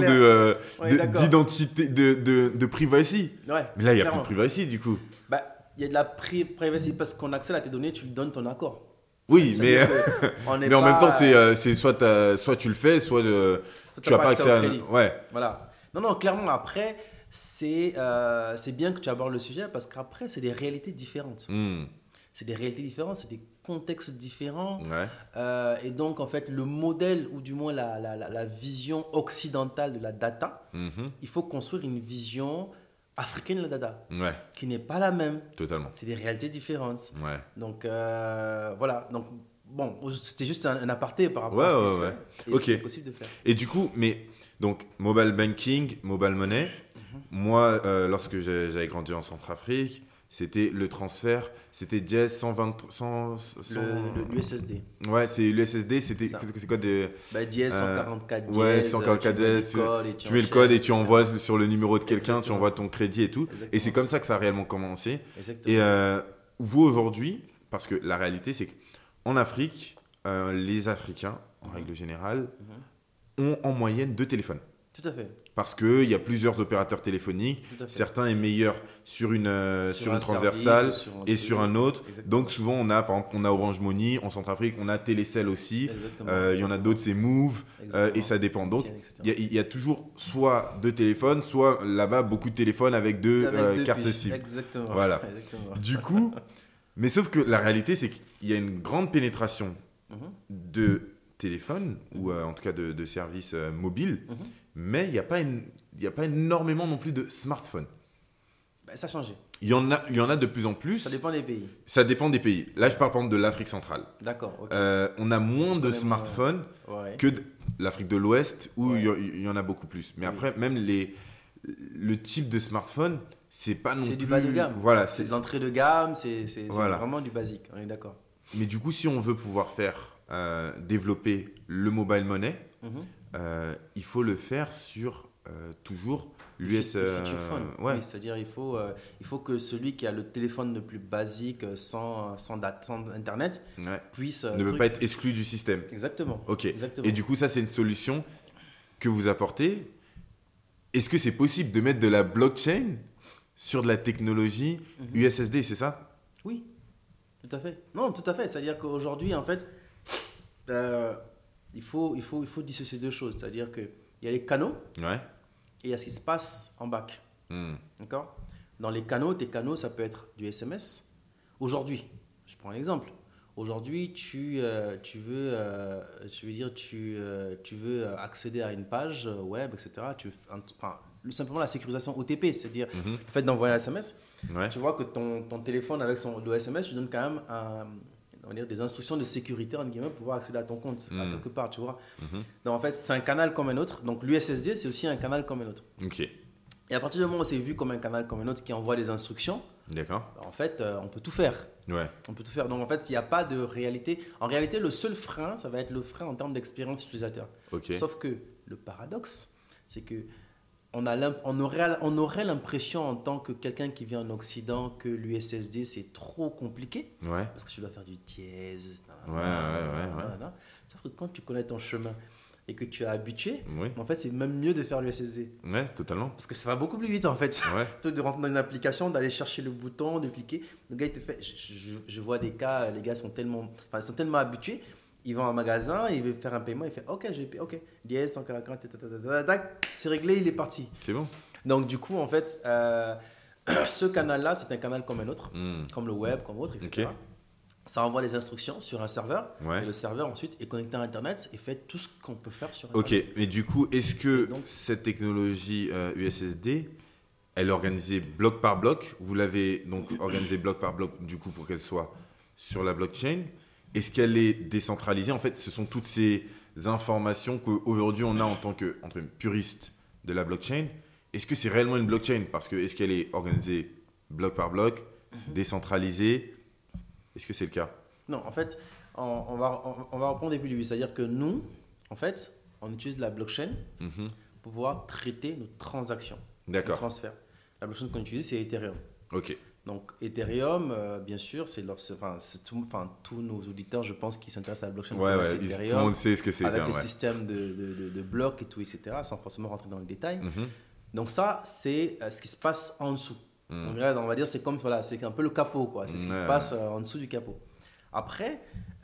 d'identité, de privacy. Ouais, mais là, il n'y a plus de privacy, du coup. Bah, il y a de la privacy parce qu'on accède à tes données, tu lui donnes ton accord. Oui, mais en même temps, c'est soit tu le fais, soit tu n'as pas accès à... Ouais. Voilà. Non, clairement, après, c'est bien que tu abordes le sujet parce qu'après, c'est des réalités différentes. C'est des réalités différentes, c'est des contextes différents. Et donc, en fait, le modèle, ou du moins la vision occidentale de la data, il faut construire une vision africaine de la data, qui n'est pas la même. Totalement. C'est des réalités différentes. Donc, voilà. Donc, bon, c'était juste un aparté par rapport à ce qui est possible de faire. Et du coup, donc, mobile banking, mobile money, moi, lorsque j'avais grandi en Centrafrique, c'était le transfert, c'était Jazz 120... L'USSD. Ouais, c'est l'USSD, c'est quoi de... Jazz 144 Jazz. Ouais, 144 Jazz, tu mets le code et tu envoies sur le numéro de quelqu'un, tu envoies ton crédit et tout. Exactement. Et c'est comme ça que ça a réellement commencé. Exactement. Et vous, aujourd'hui, parce que la réalité, c'est qu'en Afrique, les Africains, en règle générale, ont en moyenne 2 téléphones. Tout à fait. Parce qu'il y a plusieurs opérateurs téléphoniques. Certains est meilleur sur une transversale et sur un autre. Exactement. Donc souvent, par exemple, on a Orange Money. En Centrafrique, on a Télécell aussi. Il y en a d'autres, c'est Move. Et ça dépend. Donc, il y a toujours soit 2 téléphones, soit là-bas, beaucoup de téléphones avec deux cartes SIM. Exactement. Voilà. Du coup, mais sauf que la réalité, c'est qu'il y a une grande pénétration de téléphones, ou en tout cas de services mobiles. Mais il n'y a pas énormément non plus de smartphones. Ça a changé. Il y en a de plus en plus. Ça dépend des pays. Ça dépend des pays. Là, je parle par exemple de l'Afrique centrale. D'accord. Okay. On a moins de smartphones que l'Afrique de l'Ouest, où il y en a beaucoup plus. Mais après, même le type de smartphone, c'est pas non plus... C'est du bas de gamme. Voilà, c'est de l'entrée de gamme, c'est vraiment du basique. On est d'accord. Mais du coup, si on veut pouvoir développer le mobile money, il faut le faire sur toujours l'US. Feature phone. Oui, c'est-à-dire il faut que celui qui a le téléphone le plus basique sans Internet puisse... ne peut pas être exclu du système. Exactement. Ok. Exactement. Et du coup, ça, c'est une solution que vous apportez. Est-ce que c'est possible de mettre de la blockchain sur de la technologie USSD, c'est ça? Oui, tout à fait. Non, tout à fait. C'est-à-dire qu'aujourd'hui, en fait... il faut dissocier 2 choses. C'est-à-dire qu'il y a les canaux et il y a ce qui se passe en bac. D'accord? Dans les canaux, tes canaux, ça peut être du SMS. Aujourd'hui, je prends un exemple. Aujourd'hui, tu veux accéder à une page web, etc. simplement la sécurisation OTP, c'est-à-dire le fait d'envoyer un SMS. Ouais. Tu vois que ton téléphone avec le SMS, tu donnes quand même on va dire des instructions de sécurité entre guillemets pour pouvoir accéder à ton compte à quelque part, tu vois. Donc en fait, c'est un canal comme un autre. Donc l'USSD, c'est aussi un canal comme un autre. Ok. Et à partir du moment où c'est vu comme un canal comme un autre qui envoie des instructions, D'accord. en fait, on peut tout faire. Ouais. On peut tout faire. Donc en fait, il n'y a pas de réalité. En réalité, le seul frein, ça va être le frein en termes d'expérience utilisateur. Ok. Sauf que le paradoxe, c'est que on aurait l'impression en tant que quelqu'un qui vit en Occident que l'USSD c'est trop compliqué. Ouais. Parce que tu dois faire du dièse. Ouais. Sauf que quand tu connais ton chemin et que tu es habitué, Oui. en fait c'est même mieux de faire l'USSD. Ouais, totalement. Parce que ça va beaucoup plus vite en fait. Ouais. Plutôt que de rentrer dans une application, d'aller chercher le bouton, de cliquer. Le gars il te fait. Je vois des cas, les gars sont tellement habitués. Ils vont en magasin, ils veulent faire un paiement, il fait OK, j'ai payé, OK, dièse 140, c'est réglé, il est parti. C'est bon. Donc du coup, en fait, ce canal-là, c'est un canal comme un autre, comme le web, comme autre, etc. Ok. Ça envoie des instructions sur un serveur, Ouais. et le serveur ensuite est connecté à Internet et fait tout ce qu'on peut faire sur Internet. Ok, mais du coup, est-ce que Donc- cette technologie USSD, elle est organisée bloc par bloc? Vous l'avez donc organisée bloc par bloc, du coup, pour qu'elle soit sur la blockchain. Est-ce qu'elle est décentralisée? En fait, ce sont toutes ces informations qu'aujourd'hui on a en tant que entre puriste de la blockchain. Est-ce que c'est réellement une blockchain? Parce que est-ce qu'elle est organisée bloc par bloc, décentralisée? Est-ce que c'est le cas? Non, en fait, on va reprendre depuis le début. C'est-à-dire que nous, en fait, on utilise la blockchain pour pouvoir traiter nos transactions, nos D'accord. transferts. La blockchain qu'on utilise, c'est Ethereum. Ok. Donc Ethereum, bien sûr, tous nos auditeurs, je pense, qui s'intéressent à la blockchain, Ouais, connaissent tout le Ethereum, monde sait ce que c'est. avec le ouais. système de blocs et tout, etc., sans forcément rentrer dans le détail. Donc ça, c'est ce qui se passe en dessous. On va dire, c'est comme, voilà, c'est un peu le capot, quoi. C'est ce qui se passe en dessous du capot. Après,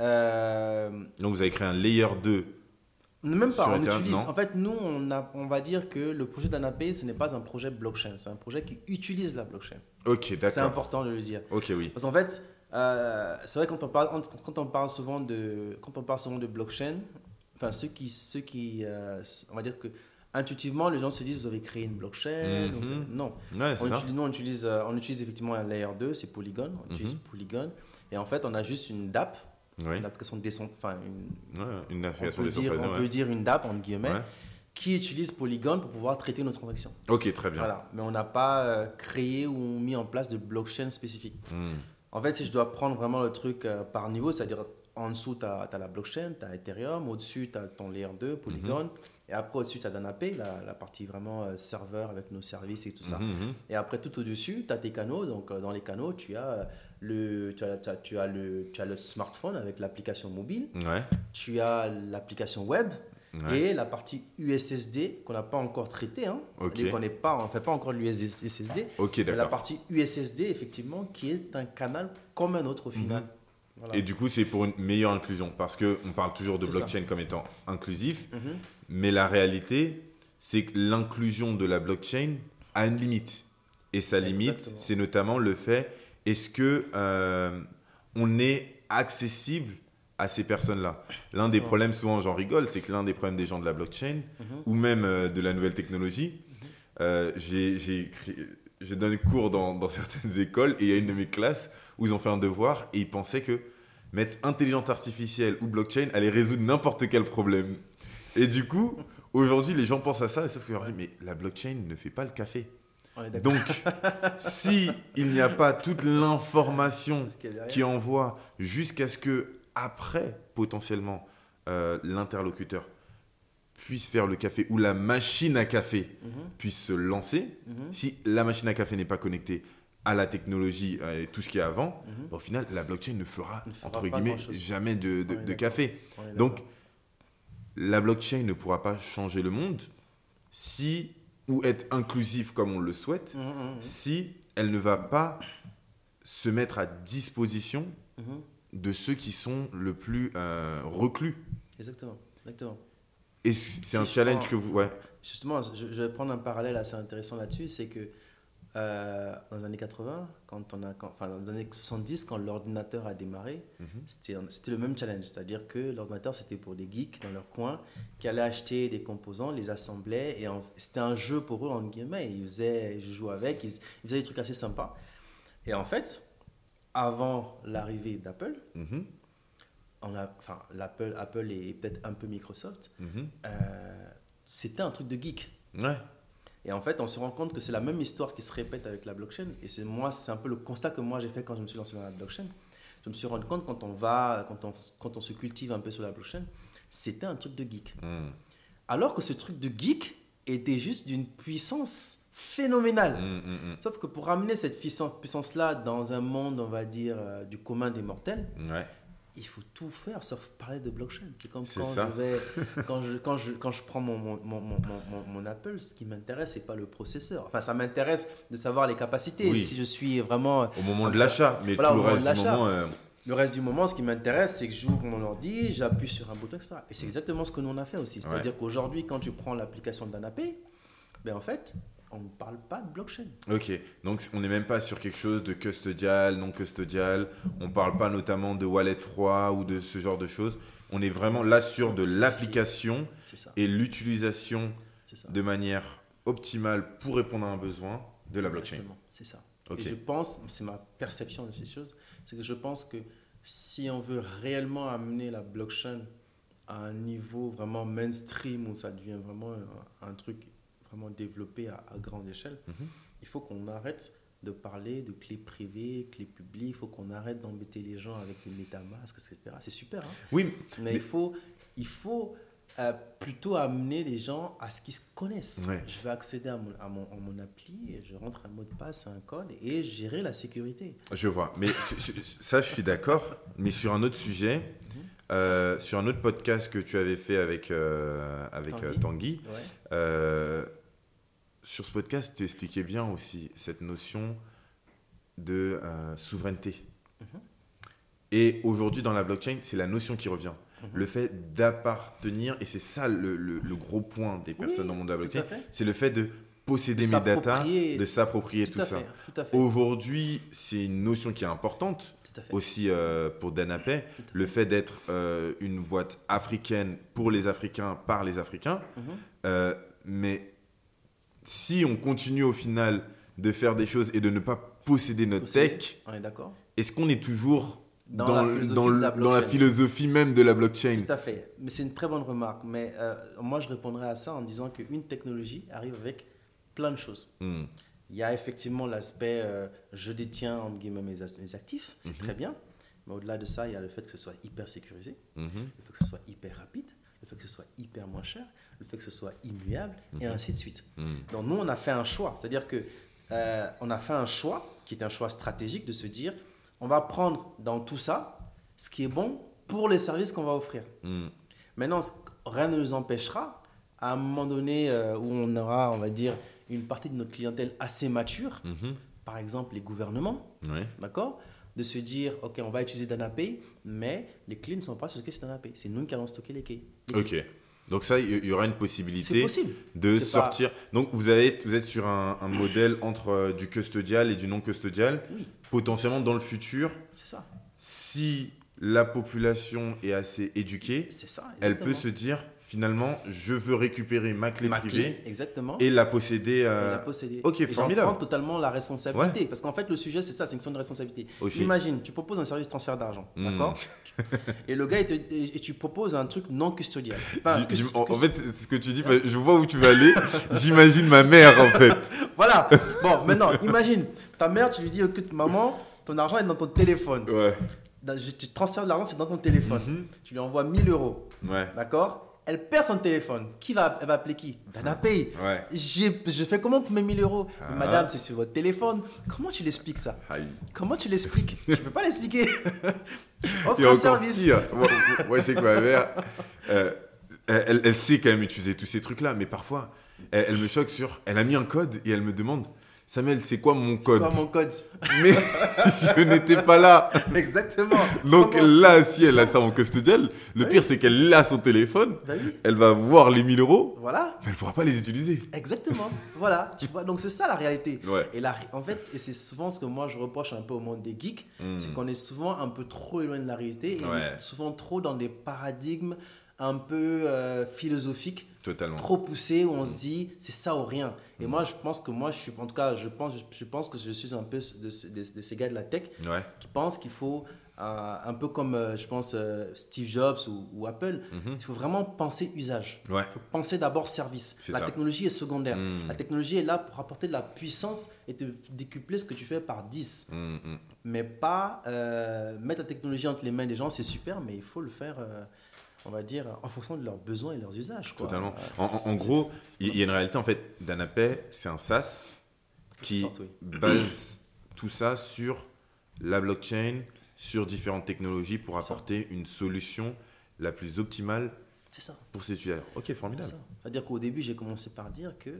Donc vous avez créé un layer 2. même pas, Sur on Ethereum, utilise. non. En fait, nous, on va dire que le projet d'AnaPay, ce n'est pas un projet blockchain, c'est un projet qui utilise la blockchain. Ok, C'est d'accord. important de le dire. Ok, oui. Parce qu'en fait, c'est vrai quand on parle souvent de blockchain, enfin ceux qui on va dire que intuitivement les gens se disent vous avez créé une blockchain. Non. Ouais, c'est ça. Nous on utilise effectivement un layer 2, c'est Polygon. On utilise Polygon et en fait on a juste une DApp, Oui. une application de descente, enfin Une application on décentralisée. peut dire une DApp entre guillemets. Ouais. Qui utilise Polygon pour pouvoir traiter nos transactions. Ok, très bien. Voilà. Mais on n'a pas créé ou mis en place de blockchain spécifique. En fait, si je dois prendre vraiment le truc par niveau, c'est-à-dire en dessous, tu as la blockchain, tu as Ethereum, au-dessus, tu as ton layer 2, Polygon, et après, au-dessus, tu as DanaPay, la partie vraiment serveur avec nos services et tout ça. Et après, tout au-dessus, tu as tes canaux. Donc, dans les canaux, tu as le smartphone avec l'application mobile, Ouais. tu as l'application web. Ouais. Et la partie USSD qu'on n'a pas encore traitée, hein. Ok. C'est-à-dire qu'on ne fait pas encore l'USSD, Ok, mais d'accord. la partie USSD, effectivement, qui est un canal comme un autre au final. Voilà. Et du coup, c'est pour une meilleure inclusion. Parce qu'on parle toujours de C'est blockchain comme étant inclusif. Mais la réalité, c'est que l'inclusion de la blockchain a une limite. Et sa limite, Exactement. c'est notamment le fait, est-ce que on est accessible à ces personnes-là? L'un des problèmes, souvent j'en rigole, c'est que l'un des problèmes des gens de la blockchain, ou même de la nouvelle technologie, je donne cours dans certaines écoles et il y a une de mes classes où ils ont fait un devoir et ils pensaient que mettre intelligence artificielle ou blockchain allait résoudre n'importe quel problème. Et du coup, aujourd'hui, les gens pensent à ça, sauf que je leur dis, mais la blockchain ne fait pas le café. On est d'accord. Donc, si il n'y a pas toute l'information C'est ce qu'il y a derrière. qui envoie jusqu'à ce que, après, potentiellement, l'interlocuteur puisse faire le café ou la machine à café puisse se lancer, si la machine à café n'est pas connectée à la technologie et tout ce qu'il y a avant, au final, la blockchain ne fera entre pas guillemets, grand-chose. jamais de d'accord. café. On est d'accord. Donc, la blockchain ne pourra pas changer le monde si, ou être inclusif comme on le souhaite, si elle ne va pas se mettre à disposition de ceux qui sont le plus reclus. Exactement. Exactement. Et c'est un je challenge prends- que vous... Ouais. Justement, je vais prendre un parallèle assez intéressant là-dessus, c'est que Dans les années 80, dans les années 70, quand l'ordinateur a démarré, c'était le même challenge. C'est-à-dire que l'ordinateur, c'était pour des geeks dans leur coin qui allaient acheter des composants, les assemblaient, et c'était un jeu pour eux, entre guillemets. Ils jouaient avec, ils faisaient des trucs assez sympas. Et en fait, avant l'arrivée d'Apple, Apple et peut-être un peu Microsoft, c'était un truc de geek. Ouais. Et en fait, on se rend compte que c'est la même histoire qui se répète avec la blockchain. Et c'est un peu le constat que moi j'ai fait quand je me suis lancé dans la blockchain. Je me suis rendu compte quand on se cultive un peu sur la blockchain, c'était un truc de geek. Alors que ce truc de geek était juste d'une puissance phénoménale. Sauf que pour amener cette puissance-là dans un monde, on va dire, du commun des mortels, il faut tout faire sauf parler de blockchain. C'est comme quand je prends mon Apple, ce qui m'intéresse, c'est pas le processeur. Enfin, ça m'intéresse de savoir les capacités. Oui. Si je suis vraiment... Au moment de l'achat, mais voilà, tout le reste du moment... Le reste du moment, ce qui m'intéresse, c'est que j'ouvre mon ordi, j'appuie sur un bouton, etc. Et c'est exactement ce que nous on a fait aussi. C'est-à-dire qu'aujourd'hui, quand tu prends l'application d'Anapay, ben en fait, on ne parle pas de blockchain. Ok, donc on n'est même pas sur quelque chose de custodial, non custodial. On ne parle pas notamment de wallet froid ou de ce genre de choses. On est vraiment là sur de l'application et l'utilisation de manière optimale pour répondre à un besoin de la blockchain. Exactement, c'est ça. Okay. Et je pense, c'est ma perception de ces choses, c'est que je pense que si on veut réellement amener la blockchain à un niveau vraiment mainstream où ça devient vraiment un truc vraiment développé à grande échelle, il faut qu'on arrête de parler de clés privées, clés publiques, il faut qu'on arrête d'embêter les gens avec les MetaMask, etc. C'est super, hein? Oui, mais il faut plutôt amener les gens à ce qu'ils se connaissent. Ouais. Je vais accéder à mon appli, et je rentre un mot de passe, un code et gérer la sécurité. Je vois, mais ça je suis d'accord, mais sur un autre sujet, sur un autre podcast que tu avais fait avec Tanguy, sur ce podcast tu expliquais bien aussi cette notion de souveraineté. Et aujourd'hui dans la blockchain, c'est la notion qui revient. Le fait d'appartenir, et c'est ça le gros point des personnes dans le monde de la blockchain, c'est le fait de posséder mes data, de s'approprier tout ça. Aujourd'hui, c'est une notion qui est importante aussi pour Danapay, le fait d'être une boîte africaine pour les Africains, par les Africains. Mais si on continue au final de faire des choses et de ne pas posséder notre tech, on est d'accord. Est-ce qu'on est toujours dans la philosophie même de la blockchain? Tout à fait. Mais c'est une très bonne remarque. Mais moi, je répondrais à ça en disant qu'une technologie arrive avec plein de choses. Il y a effectivement l'aspect je détiens entre guillemets mes actifs, c'est très bien. Mais au-delà de ça, il y a le fait que ce soit hyper sécurisé, le fait que ce soit hyper rapide, le fait que ce soit hyper moins cher, le fait que ce soit immuable, et ainsi de suite. Donc nous, on a fait un choix. C'est-à-dire qu'on a fait un choix qui est un choix stratégique de se dire on va prendre dans tout ça ce qui est bon pour les services qu'on va offrir. Maintenant, rien ne nous empêchera, à un moment donné où on aura, on va dire, une partie de notre clientèle assez mature, par exemple les gouvernements, d'accord, de se dire, ok, on va utiliser Danapay, mais les clés ne sont pas stockées sur Danapay. C'est nous qui allons stocker les clés. Ok. Donc ça, il y aura une possibilité de sortir. Donc vous êtes sur un modèle entre du custodial et du non custodial. Potentiellement dans le futur, c'est ça. Si la population est assez éduquée, elle peut se dire finalement, je veux récupérer ma clé privée et la posséder. Ok, formidable. J'en prends totalement la responsabilité. Parce qu'en fait, le sujet, c'est ça, c'est une question de responsabilité. Imagine, tu proposes un service de transfert d'argent, d'accord? Et le gars, et tu proposes un truc non custodial. Enfin, en fait, ce que tu dis, je vois où tu vas aller. J'imagine ma mère, en fait. Voilà. Bon, maintenant, imagine, ta mère, tu lui dis, écoute, maman, ton argent est dans ton téléphone. Tu transfères de l'argent, c'est dans ton téléphone. Tu lui envoies 1 000 €. D'accord? Elle perd son téléphone. Elle va appeler qui? Danapay. Je fais comment pour mes 1 000 €? Madame, c'est sur votre téléphone. Comment tu l'expliques ça? Comment tu l'expliques? Je ne peux pas l'expliquer. Offre un service. Moi, je sais que ma mère, elle sait quand même utiliser tous ces trucs-là. Mais parfois, elle me choque sur... Elle a mis un code et elle me demande... Samuel, c'est quoi mon code? C'est quoi mon code? Mais je n'étais pas là. Exactement. Donc là, si elle a ça en custodial, le pire, c'est qu'elle a son téléphone, elle va voir les 1000 euros, voilà. mais elle ne pourra pas les utiliser. Exactement. Voilà. Tu vois, donc c'est ça la réalité. Ouais. Et là, en fait, et c'est souvent ce que moi je reproche un peu au monde des geeks, c'est qu'on est souvent un peu trop éloigné de la réalité et souvent trop dans des paradigmes un peu philosophiques. Totalement. Trop poussés où on se dit c'est ça ou rien. Et moi, je pense que je pense que je suis un peu de ces gars de la tech qui pensent qu'il faut, un peu comme je pense Steve Jobs ou Apple, il faut vraiment penser usage. Il faut penser d'abord service. La technologie est secondaire. La technologie est là pour apporter de la puissance et te décupler ce que tu fais par 10. Mais pas mettre la technologie entre les mains des gens, c'est super, mais il faut le faire... on va dire, en fonction de leurs besoins et leurs usages. Quoi. Totalement. En gros, il y a une réalité, en fait, Danapay, c'est un SaaS qui base tout ça sur la blockchain, sur différentes technologies pour apporter une solution la plus optimale pour ces utilisateurs. Ok, formidable. C'est-à-dire qu'au début, j'ai commencé par dire que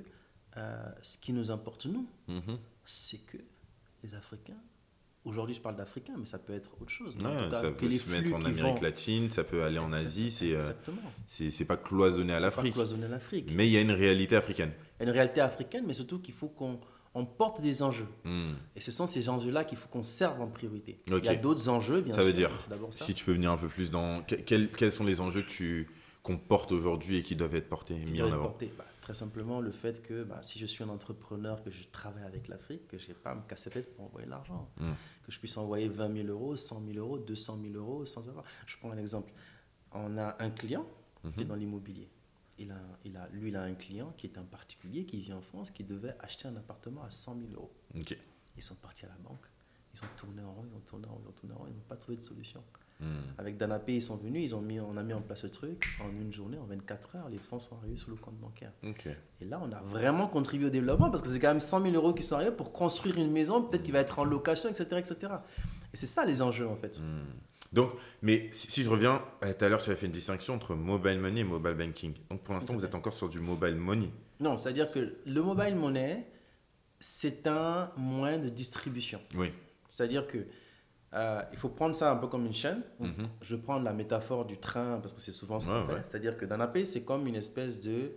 ce qui nous importe, nous, c'est que les Africains, aujourd'hui, je parle d'Africains, mais ça peut être autre chose. Ça peut se mettre en Amérique latine, ça peut aller en Asie. C'est pas cloisonné à l'Afrique. Mais il y a une réalité africaine. Il y a une réalité africaine, mais surtout qu'il faut qu'on porte des enjeux. Et ce sont ces enjeux-là qu'il faut qu'on serve en priorité. Il y a d'autres enjeux, bien sûr. Ça veut dire, si tu peux venir un peu plus dans... Quels sont les enjeux qu'on porte aujourd'hui et qui doivent être portés, mis en avant? Très simplement, le fait que si je suis un entrepreneur, que je travaille avec l'Afrique, que je n'ai pas à me casser la tête pour envoyer de l'argent. Que je puisse envoyer 20 000 euros, 100 000 euros, 200 000 euros, sans avoir. Je prends un exemple. On a un client qui est dans l'immobilier. Il a un client qui est un particulier qui vit en France, qui devait acheter un appartement à 100 000 euros. Ils sont partis à la banque. Ils ont tourné en rond, ils n'ont pas trouvé de solution. Avec Danapay, ils sont venus, on a mis en place le truc. En une journée, en 24 heures, les fonds sont arrivés sur le compte bancaire. Et là, on a vraiment contribué au développement parce que c'est quand même 100 000 euros qui sont arrivés pour construire une maison, peut-être qu'il va être en location, etc. Et c'est ça les enjeux, en fait. Donc, mais si je reviens, tout à l'heure, tu avais fait une distinction entre mobile money et mobile banking. Donc, pour l'instant, vous êtes encore sur du mobile money. Non, c'est-à-dire que le mobile money, c'est un moyen de distribution. Oui. C'est-à-dire que il faut prendre ça un peu comme une chaîne. Je vais prendre la métaphore du train parce que c'est souvent ce qu'on fait. C'est-à-dire que Danapay, c'est comme une espèce de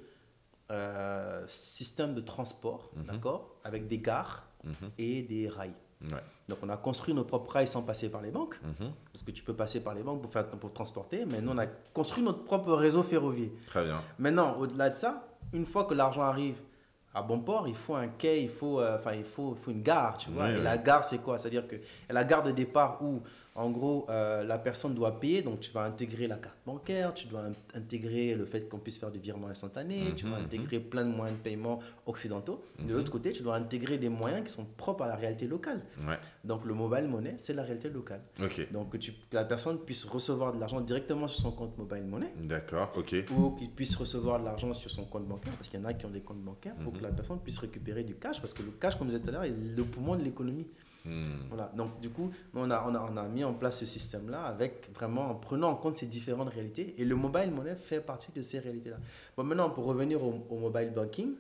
système de transport, d'accord, avec des gares et des rails. Donc, on a construit nos propres rails sans passer par les banques, parce que tu peux passer par les banques pour transporter, mais nous, on a construit notre propre réseau ferroviaire. Très bien. Maintenant, au-delà de ça, une fois que l'argent arrive à bon port, il faut un quai, il faut une gare, tu vois. Et la gare, c'est quoi? C'est-à-dire que la gare de départ où, en gros, la personne doit payer, donc tu vas intégrer la carte bancaire, tu dois intégrer le fait qu'on puisse faire du virement instantané, tu vas intégrer plein de moyens de paiement occidentaux. De l'autre côté, tu dois intégrer des moyens qui sont propres à la réalité locale. Donc, le mobile money, c'est la réalité locale. Donc, que la personne puisse recevoir de l'argent directement sur son compte mobile money. D'accord, ou qu'il puisse recevoir de l'argent sur son compte bancaire, parce qu'il y en a qui ont des comptes bancaires, pour que la personne puisse récupérer du cash, parce que le cash, comme je disais tout à l'heure, est le poumon de l'économie. Voilà. Donc, du coup, on a mis en place ce système-là avec vraiment en prenant en compte ces différentes réalités. Et le mobile money fait partie de ces réalités-là. Bon, maintenant, pour revenir au mobile banking,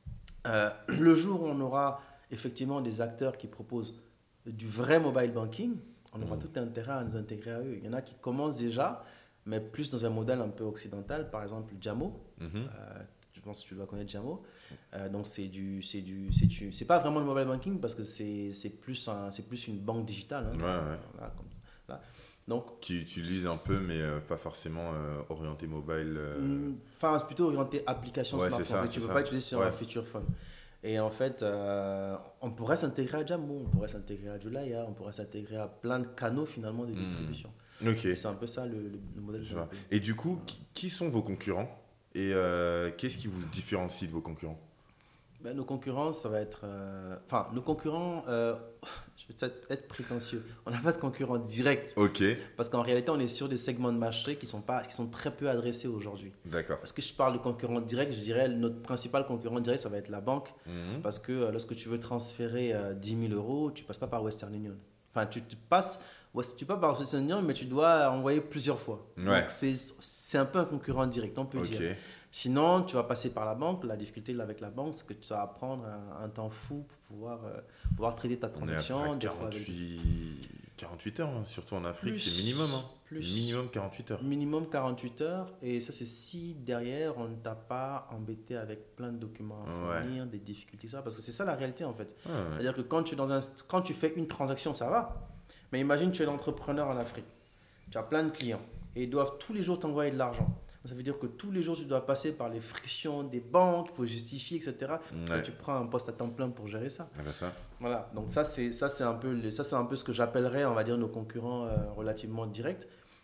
le jour où on aura effectivement des acteurs qui proposent du vrai mobile banking, on aura tout intérêt à nous intégrer à eux. Il y en a qui commencent déjà, mais plus dans un modèle un peu occidental, par exemple Jamo. Je pense que tu dois connaître Jamo. Donc c'est pas vraiment le mobile banking parce que c'est plus une banque digitale. Voilà, comme ça. Donc, qui utilise un peu, mais pas forcément orienté mobile. Enfin, c'est plutôt orienté application smartphone. Tu ne peux pas utiliser sur un feature phone. Et en fait, on pourrait s'intégrer à Jamo, on pourrait s'intégrer à Julaya, on pourrait s'intégrer à plein de canaux finalement de distribution. Et c'est un peu ça le modèle. Et du coup, qui sont vos concurrents et qu'est-ce qui vous différencie de vos concurrents? Nos concurrents, ça va être... nos concurrents, je vais être prétentieux. On n'a pas de concurrents directs. Parce qu'en réalité, on est sur des segments de marché qui sont très peu adressés aujourd'hui. D'accord. Parce que je parle de concurrents directs, je dirais notre principal concurrent direct, ça va être la banque. Parce que lorsque tu veux transférer 10 000 euros, tu ne passes pas par Western Union. Enfin, tu passes Ouais, tu peux par Western Union, mais tu dois envoyer plusieurs fois. Ouais. Donc, c'est un peu un concurrent direct, on peut dire. Sinon, tu vas passer par la banque. La difficulté avec la banque, c'est que tu vas prendre un temps fou pour pouvoir traiter ta transaction. 48 heures, hein, surtout en Afrique, c'est minimum. Hein. Minimum 48 heures. Minimum 48 heures. Et ça, c'est si derrière, on ne t'a pas embêté avec plein de documents à fournir, des difficultés, ça. Parce que c'est ça la réalité, en fait. C'est-à-dire que quand tu fais une transaction, ça va. Mais imagine, tu es l'entrepreneur en Afrique. Tu as plein de clients et ils doivent tous les jours t'envoyer de l'argent. Ça veut dire que tous les jours, tu dois passer par les frictions des banques, il faut justifier, etc. Et tu prends un poste à temps plein pour gérer ça. Voilà. Donc ça, c'est un peu ce que j'appellerais, on va dire, nos concurrents relativement directs.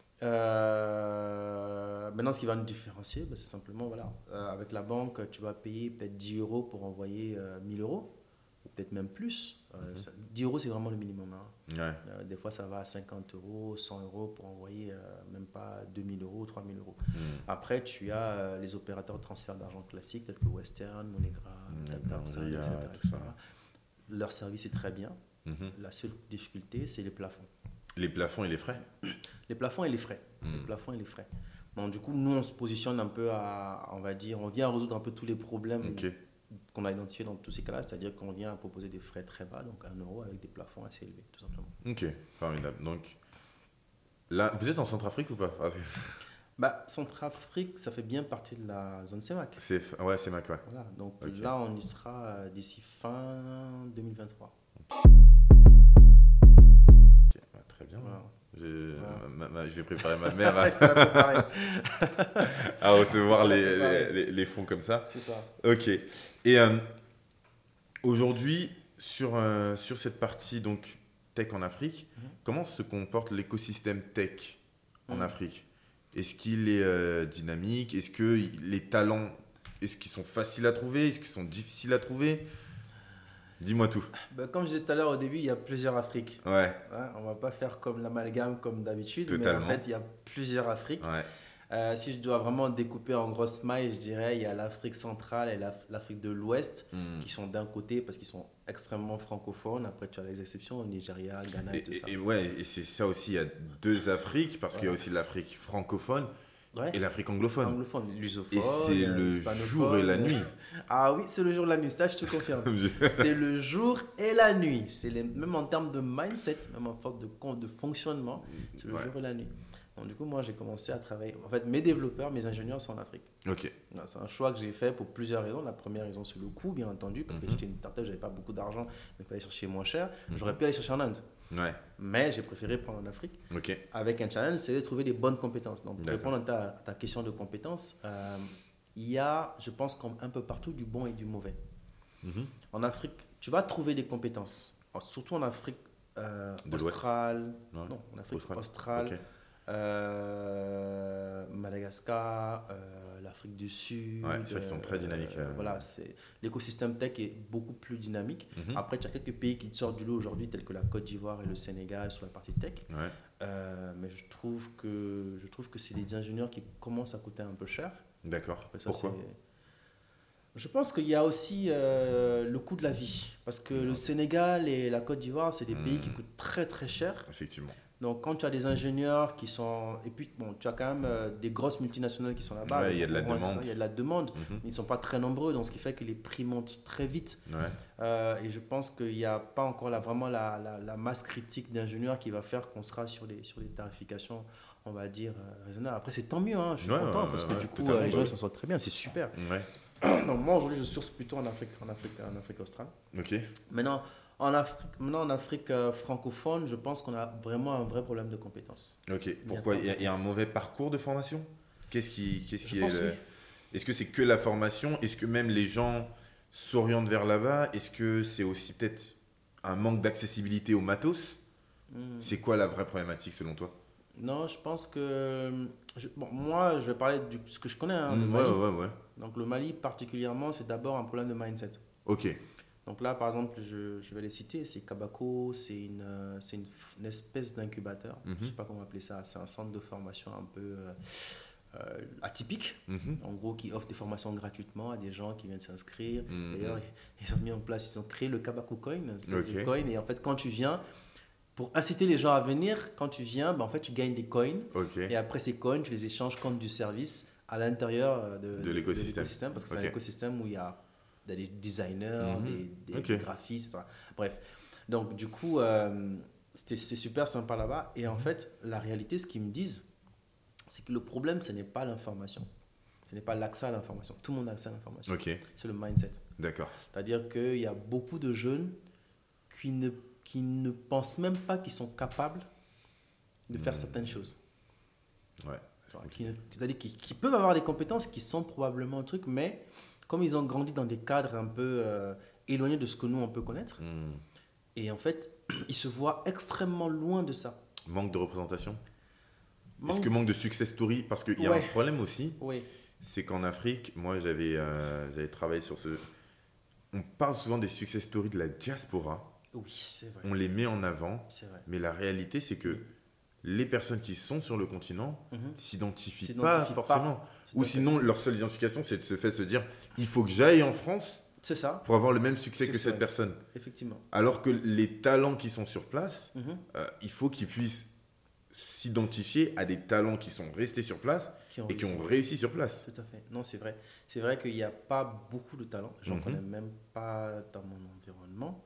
Maintenant, ce qui va nous différencier, c'est simplement, avec la banque, tu vas payer peut-être 10 euros pour envoyer 1000 euros, ou peut-être même plus. 10 euros, c'est vraiment le minimum. Hein. Des fois, ça va à 50 euros, 100 euros pour envoyer même pas 2000 euros, 3000 euros. Après, tu as les opérateurs de transfert d'argent classiques, tels que Western, MoneyGram, Tap, etc. Leur service est très bien. La seule difficulté, c'est les plafonds. Les plafonds et les frais. Les plafonds et les frais. Les plafonds et les frais. Donc, du coup, nous, on se positionne un peu on va dire, on vient résoudre un peu tous les problèmes qu'on a identifiés dans tous ces cas-là. C'est-à-dire qu'on vient proposer des frais très bas, donc 1 euro avec des plafonds assez élevés, tout simplement. Ok, formidable. Donc, là, vous êtes en Centrafrique ou pas? Centrafrique, ça fait bien partie de la zone CEMAC. CEMAC, ouais. Voilà, donc là, on y sera d'ici fin 2023. Très bien. Voilà. Je vais préparer ma mère à recevoir les fonds comme ça. C'est ça. Ok. Et aujourd'hui, sur cette partie donc, tech en Afrique, comment se comporte l'écosystème tech en Afrique? Est-ce qu'il est dynamique? Est-ce que les talents, est-ce qu'ils sont faciles à trouver? Est-ce qu'ils sont difficiles à trouver? Dis-moi tout. Comme je disais tout à l'heure, au début, il y a plusieurs Afriques. On ne va pas faire comme l'amalgame comme d'habitude, mais en fait, il y a plusieurs Afriques. Si je dois vraiment découper en grosses mailles, je dirais il y a l'Afrique centrale et l'Afrique de l'Ouest qui sont d'un côté parce qu'ils sont extrêmement francophones. Après, tu as les exceptions, Nigeria, Ghana et tout ça. Et c'est ça aussi, il y a deux Afriques parce qu'il y a aussi l'Afrique francophone. Et l'Afrique anglophone. Lusophone. Et c'est le jour et la nuit. Ah oui, c'est le jour et la nuit, ça je te confirme. C'est le jour et la nuit. Même en termes de mindset, même en termes de fonctionnement, c'est le jour et la nuit. Donc du coup, moi j'ai commencé à travailler. En fait, mes développeurs, mes ingénieurs sont en Afrique. Ok. C'est un choix que j'ai fait pour plusieurs raisons. La première raison, c'est le coût, bien entendu, parce que j'étais une startup, j'avais pas beaucoup d'argent, donc il fallait chercher moins cher. J'aurais pu aller chercher en Inde. Mais j'ai préféré prendre en Afrique. Avec un challenge, c'est de trouver des bonnes compétences. Donc pour répondre à ta question de compétences, il y a, je pense, comme un peu partout, du bon et du mauvais. En Afrique, tu vas trouver des compétences, surtout en Afrique australe. Non, en Afrique australe. Madagascar, l'Afrique du Sud. C'est vrai qu'ils sont très dynamiques. Voilà, l'écosystème tech est beaucoup plus dynamique. Après, tu as quelques pays qui te sortent du lot aujourd'hui, tels que la Côte d'Ivoire et le Sénégal sur la partie tech. Mais je trouve que c'est des ingénieurs qui commencent à coûter un peu cher. D'accord. Pourquoi? Je pense qu'il y a aussi le coût de la vie. Parce que le Sénégal et la Côte d'Ivoire, c'est des pays qui coûtent très très cher. Effectivement. Donc, quand tu as des ingénieurs qui sont... Et puis, tu as quand même des grosses multinationales qui sont là-bas. Il y a de la demande. Il y a de la demande. Ils ne sont pas très nombreux, donc ce qui fait que les prix montent très vite. Et je pense qu'il n'y a pas encore vraiment la masse critique d'ingénieurs qui va faire qu'on sera sur des tarifications, on va dire, raisonnables. Après, c'est tant mieux. Je suis content parce que du coup, les gens s'en sortent très bien. C'est super. Donc, moi, aujourd'hui, je source plutôt en Afrique australe. Maintenant, en Afrique francophone, je pense qu'on a vraiment un vrai problème de compétences. Ok. Pourquoi? Il y a un mauvais parcours de formation? Est-ce que c'est que la formation? Est-ce que même les gens s'orientent vers là-bas? Est-ce que c'est aussi peut-être un manque d'accessibilité au matos? C'est quoi la vraie problématique selon toi? Non, je pense que... moi, je vais parler de ce que je connais. Donc le Mali particulièrement, c'est d'abord un problème de mindset. Ok. Donc là, par exemple, je vais les citer, c'est Kabako, c'est une espèce d'incubateur, je ne sais pas comment appeler ça, c'est un centre de formation un peu atypique, en gros qui offre des formations gratuitement à des gens qui viennent s'inscrire. D'ailleurs, ils ont mis en place, ils ont créé le Kabako Coin, c'est coin, et en fait quand tu viens, pour inciter les gens à venir, quand tu viens, en fait, tu gagnes des coins. Ok. Et après ces coins, tu les échanges contre du service à l'intérieur de l'écosystème. Parce que c'est un écosystème où il y a des designers, des graphistes, etc. Bref. Donc, du coup, c'est super sympa là-bas. Et en fait, la réalité, ce qu'ils me disent, c'est que le problème, ce n'est pas l'information. Ce n'est pas l'accès à l'information. Tout le monde a accès à l'information. Ok. C'est le mindset. D'accord. C'est-à-dire qu'il y a beaucoup de jeunes qui ne pensent même pas qu'ils sont capables de faire certaines choses. Ouais. C'est-à-dire qu'ils peuvent avoir des compétences qui sont probablement un truc, mais comme ils ont grandi dans des cadres un peu éloignés de ce que nous, on peut connaître, et en fait, ils se voient extrêmement loin de ça. Manque de représentation. Est-ce que manque de success story? Parce qu'il y a un problème aussi. Oui. C'est qu'en Afrique, moi j'avais travaillé sur ce... On parle souvent des success stories de la diaspora. Oui, c'est vrai. On les met en avant. C'est vrai. Mais la réalité, c'est que les personnes qui sont sur le continent s'identifient pas forcément. Ou sinon, leur seule identification, c'est de se dire, il faut que j'aille en France pour avoir le même succès que cette personne. Effectivement. Alors que les talents qui sont sur place, il faut qu'ils puissent s'identifier à des talents qui sont restés sur place et qui ont réussi sur place. Tout à fait. Non, c'est vrai. C'est vrai qu'il n'y a pas beaucoup de talents. J'en connais même pas dans mon environnement.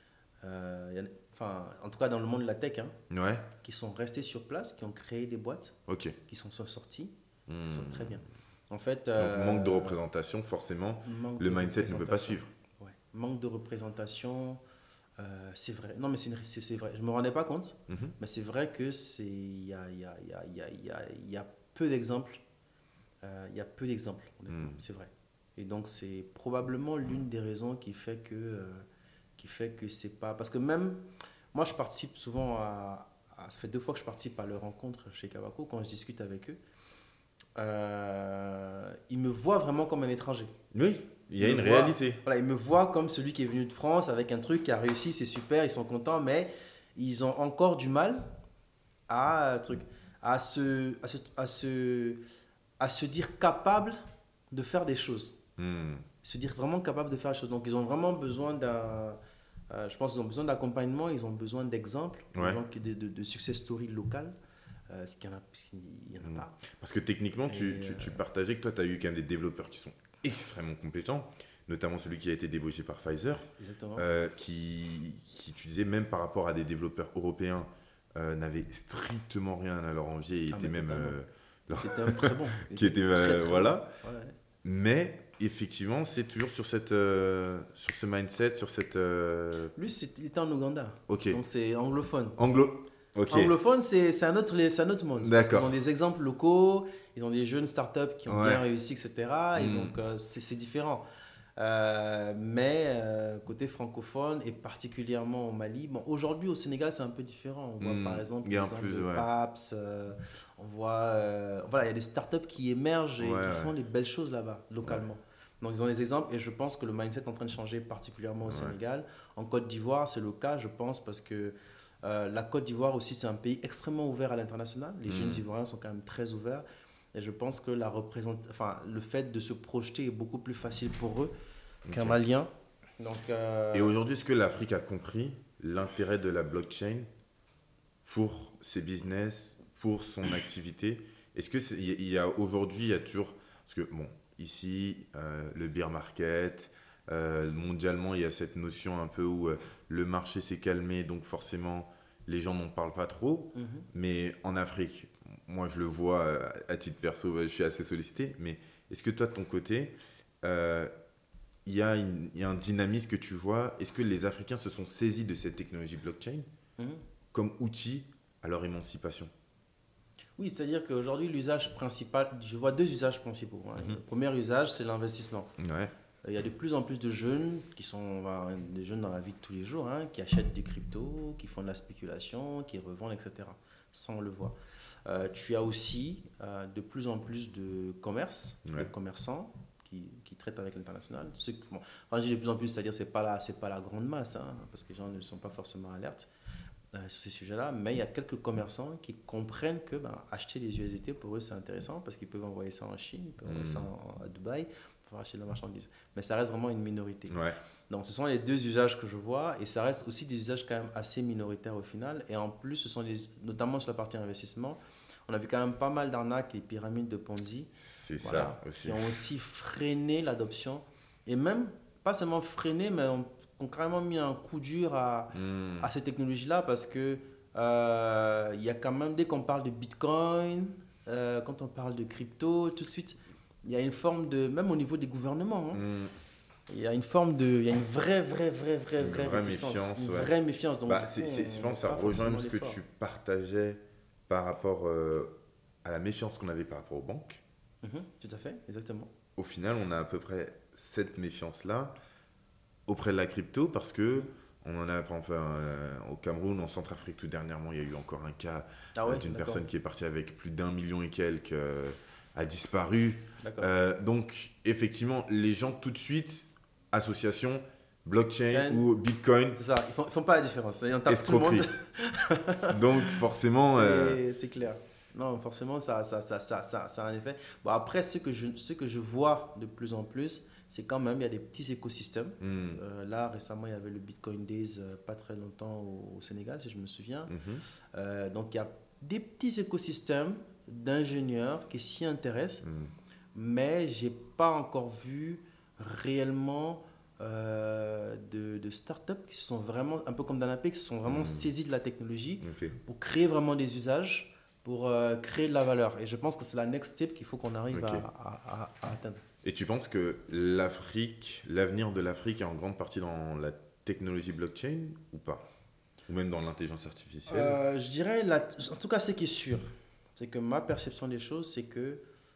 En tout cas, dans le monde de la tech, qui sont restés sur place, qui ont créé des boîtes, qui sont sortis, qui sont très bien. En fait, donc, manque de représentation, forcément, le mindset ne peut pas suivre. Ouais. Manque de représentation, c'est vrai. Non, mais c'est vrai. Je ne me rendais pas compte, mais c'est vrai que il y a peu d'exemples. Il y a peu d'exemples, c'est vrai. Et donc, c'est probablement l'une des raisons qui fait que c'est pas... Parce que même, moi, je participe souvent ça fait 2 fois que je participe à leur rencontre chez Kawako, quand je discute avec eux. Ils me voient vraiment comme un étranger. Oui, il y a une réalité. Voilà, ils me voient comme celui qui est venu de France avec un truc qui a réussi, c'est super, ils sont contents, mais ils ont encore du mal à se dire capable de faire des choses. Se dire vraiment capable de faire des choses. Donc, ils ont vraiment besoin je pense qu'ils ont besoin d'accompagnement, ils ont besoin d'exemples, de success story locales. Ce qu'il n'y en a pas. Parce que techniquement, tu partageais que toi, tu as eu quand même des développeurs qui sont extrêmement compétents, notamment celui qui a été débauché par Pfizer, qui, tu disais, même par rapport à des développeurs européens, n'avaient strictement rien à leur envier. C'était même... C'était un très bon. qui était, très voilà. Bon. Ouais. Mais effectivement, c'est toujours sur sur ce mindset, sur cette... Lui, il était en Ouganda. Donc, c'est anglophone. Anglophone, c'est un autre monde. Parce qu'ils ont des exemples locaux, ils ont des jeunes startups qui ont bien réussi, etc. Et donc, c'est différent. Mais côté francophone, et particulièrement au Mali, aujourd'hui au Sénégal, c'est un peu différent. On voit par exemple de PAPS, on voit... il y a des startups qui émergent et qui font des belles choses là-bas, localement. Donc, ils ont des exemples et je pense que le mindset est en train de changer, particulièrement au Sénégal. En Côte d'Ivoire, c'est le cas, je pense, parce que la Côte d'Ivoire aussi, c'est un pays extrêmement ouvert à l'international. Les jeunes Ivoiriens sont quand même très ouverts. Et je pense que le fait de se projeter est beaucoup plus facile pour eux qu'un Malien. Donc, Et aujourd'hui, est-ce que l'Afrique a compris l'intérêt de la blockchain pour ses business, pour son activité? Est-ce que aujourd'hui, il y a toujours... Parce que, ici, le bear market... mondialement, il y a cette notion un peu où le marché s'est calmé, donc forcément, les gens n'en parlent pas trop. Mais en Afrique, moi, je le vois à titre perso, je suis assez sollicité. Mais est-ce que toi, de ton côté, il y a un dynamisme que tu vois? Est-ce que les Africains se sont saisis de cette technologie blockchain comme outil à leur émancipation? Oui, c'est-à-dire qu'aujourd'hui, l'usage principal, je vois 2 usages principaux. Le premier usage, c'est l'investissement. Il y a de plus en plus de jeunes qui sont des jeunes dans la vie de tous les jours, qui achètent du crypto, qui font de la spéculation, qui revendent, etc. Ça, on le voit. Tu as aussi de plus en plus de de commerçants qui traitent avec l'international. Quand je dis de plus en plus, c'est-à-dire que ce n'est pas la grande masse, parce que les gens ne sont pas forcément alertes. sur ces sujets-là, mais il y a quelques commerçants qui comprennent que acheter des USDT, pour eux, c'est intéressant parce qu'ils peuvent envoyer ça en Chine, ils peuvent envoyer ça à Dubaï pour acheter de la marchandise. Mais ça reste vraiment une minorité. Ouais. Donc, ce sont les deux usages que je vois et ça reste aussi des usages quand même assez minoritaires au final. Et en plus, ce sont notamment sur la partie investissement, on a vu quand même pas mal d'arnaques et pyramides de Ponzi. C'est ça aussi. Qui ont aussi freiné l'adoption. Et même, pas seulement freiné, mais ont carrément mis un coup dur à ces technologies-là parce que il y a quand même, dès qu'on parle de Bitcoin, quand on parle de crypto, tout de suite, il y a une forme de, même au niveau des gouvernements, il y a une forme de, il y a une vraie méfiance. Une vraie méfiance. Donc, je pense que ça rejoint ce que tu partageais par rapport à la méfiance qu'on avait par rapport aux banques. Tout à fait, exactement. Au final, on a à peu près cette méfiance-là auprès de la crypto parce que on en a, par exemple, au Cameroun, en Centrafrique, tout dernièrement, il y a eu encore un cas d'une personne qui est partie avec plus d'1 million et quelques, a disparu. Donc, effectivement, les gens, tout de suite, association, blockchain ou Bitcoin. C'est ça, ils ne font pas la différence. Ils tapent tout le monde. Donc, forcément. C'est clair. Non, forcément, ça a un effet. Bon, après, ce que je vois de plus en plus, c'est quand même, il y a des petits écosystèmes. Là, récemment, il y avait le Bitcoin Days, pas très longtemps au Sénégal, si je me souviens. Donc, il y a des petits écosystèmes d'ingénieurs qui s'y intéressent, mais je n'ai pas encore vu réellement de startups qui se sont vraiment, un peu comme Danapé, qui se sont vraiment saisis de la technologie pour créer vraiment des usages, pour créer de la valeur. Et je pense que c'est la next step qu'il faut qu'on arrive à atteindre. Et tu penses que l'avenir de l'Afrique est en grande partie dans la technologie blockchain ou pas? Ou même dans l'intelligence artificielle? Je dirais, en tout cas, ce qui est sûr, c'est que ma perception des choses, c'est que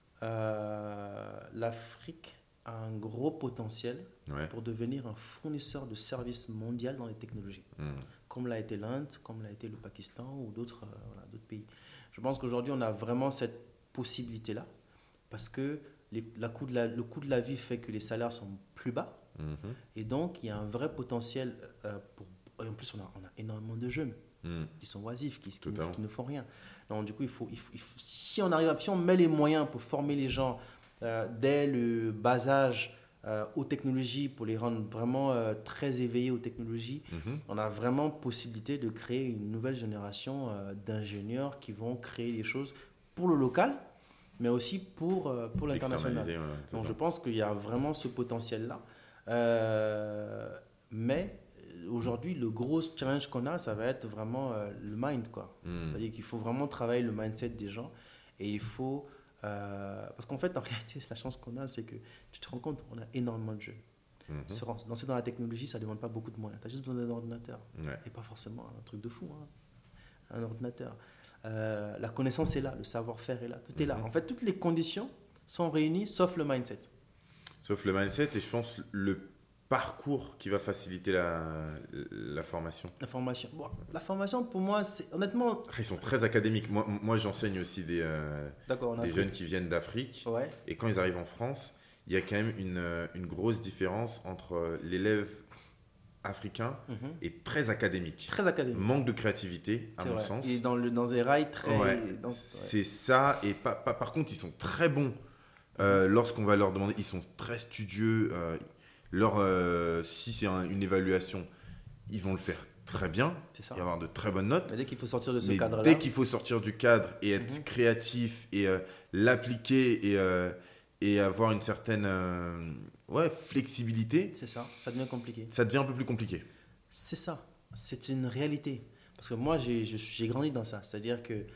l'Afrique a un gros potentiel pour devenir un fournisseur de services mondial dans les technologies, comme l'a été l'Inde, comme l'a été le Pakistan ou d'autres pays. Je pense qu'aujourd'hui, on a vraiment cette possibilité-là parce que le coût de la vie fait que les salaires sont plus bas. Et donc, il y a un vrai potentiel et en plus, on a énormément de jeunes qui sont oisifs, qui ne font rien. Donc, du coup, si on met les moyens pour former les gens dès le bas âge aux technologies, pour les rendre vraiment très éveillés aux technologies, on a vraiment possibilité de créer une nouvelle génération d'ingénieurs qui vont créer des choses pour le local, mais aussi pour l'international. Donc je pense qu'il y a vraiment ce potentiel-là. Mais aujourd'hui, le gros challenge qu'on a, ça va être vraiment le mind, quoi. C'est-à-dire qu'il faut vraiment travailler le mindset des gens et il faut... parce qu'en fait, en réalité, la chance qu'on a, c'est que tu te rends compte, on a énormément de jeunes. Se lancer dans la technologie, ça ne demande pas beaucoup de moyens. Tu as juste besoin d'un ordinateur. Et pas forcément un truc de fou, un ordinateur. La connaissance est là, le savoir-faire est là, tout est là. En fait, toutes les conditions sont réunies, sauf le mindset. Sauf le mindset et je pense le parcours qui va faciliter la formation. La formation, pour moi, c'est honnêtement... Ils sont très académiques. Moi j'enseigne aussi des jeunes qui viennent d'Afrique. Et quand ils arrivent en France, il y a quand même une grosse différence entre l'élève africain est très académique. Manque de créativité, à mon sens. Et dans des rails très... C'est ça. Et par contre, ils sont très bons. Lorsqu'on va leur demander, ils sont très studieux. Si c'est une évaluation, ils vont le faire très bien. Et avoir de très bonnes notes. Mais dès qu'il faut sortir de ce cadre-là. Dès qu'il faut sortir du cadre et être créatif et l'appliquer et avoir une certaine flexibilité. C'est ça, ça devient compliqué. Ça devient un peu plus compliqué. C'est ça, c'est une réalité. Parce que moi, j'ai grandi dans ça. C'est-à-dire que,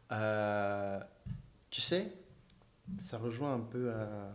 tu sais, ça rejoint un peu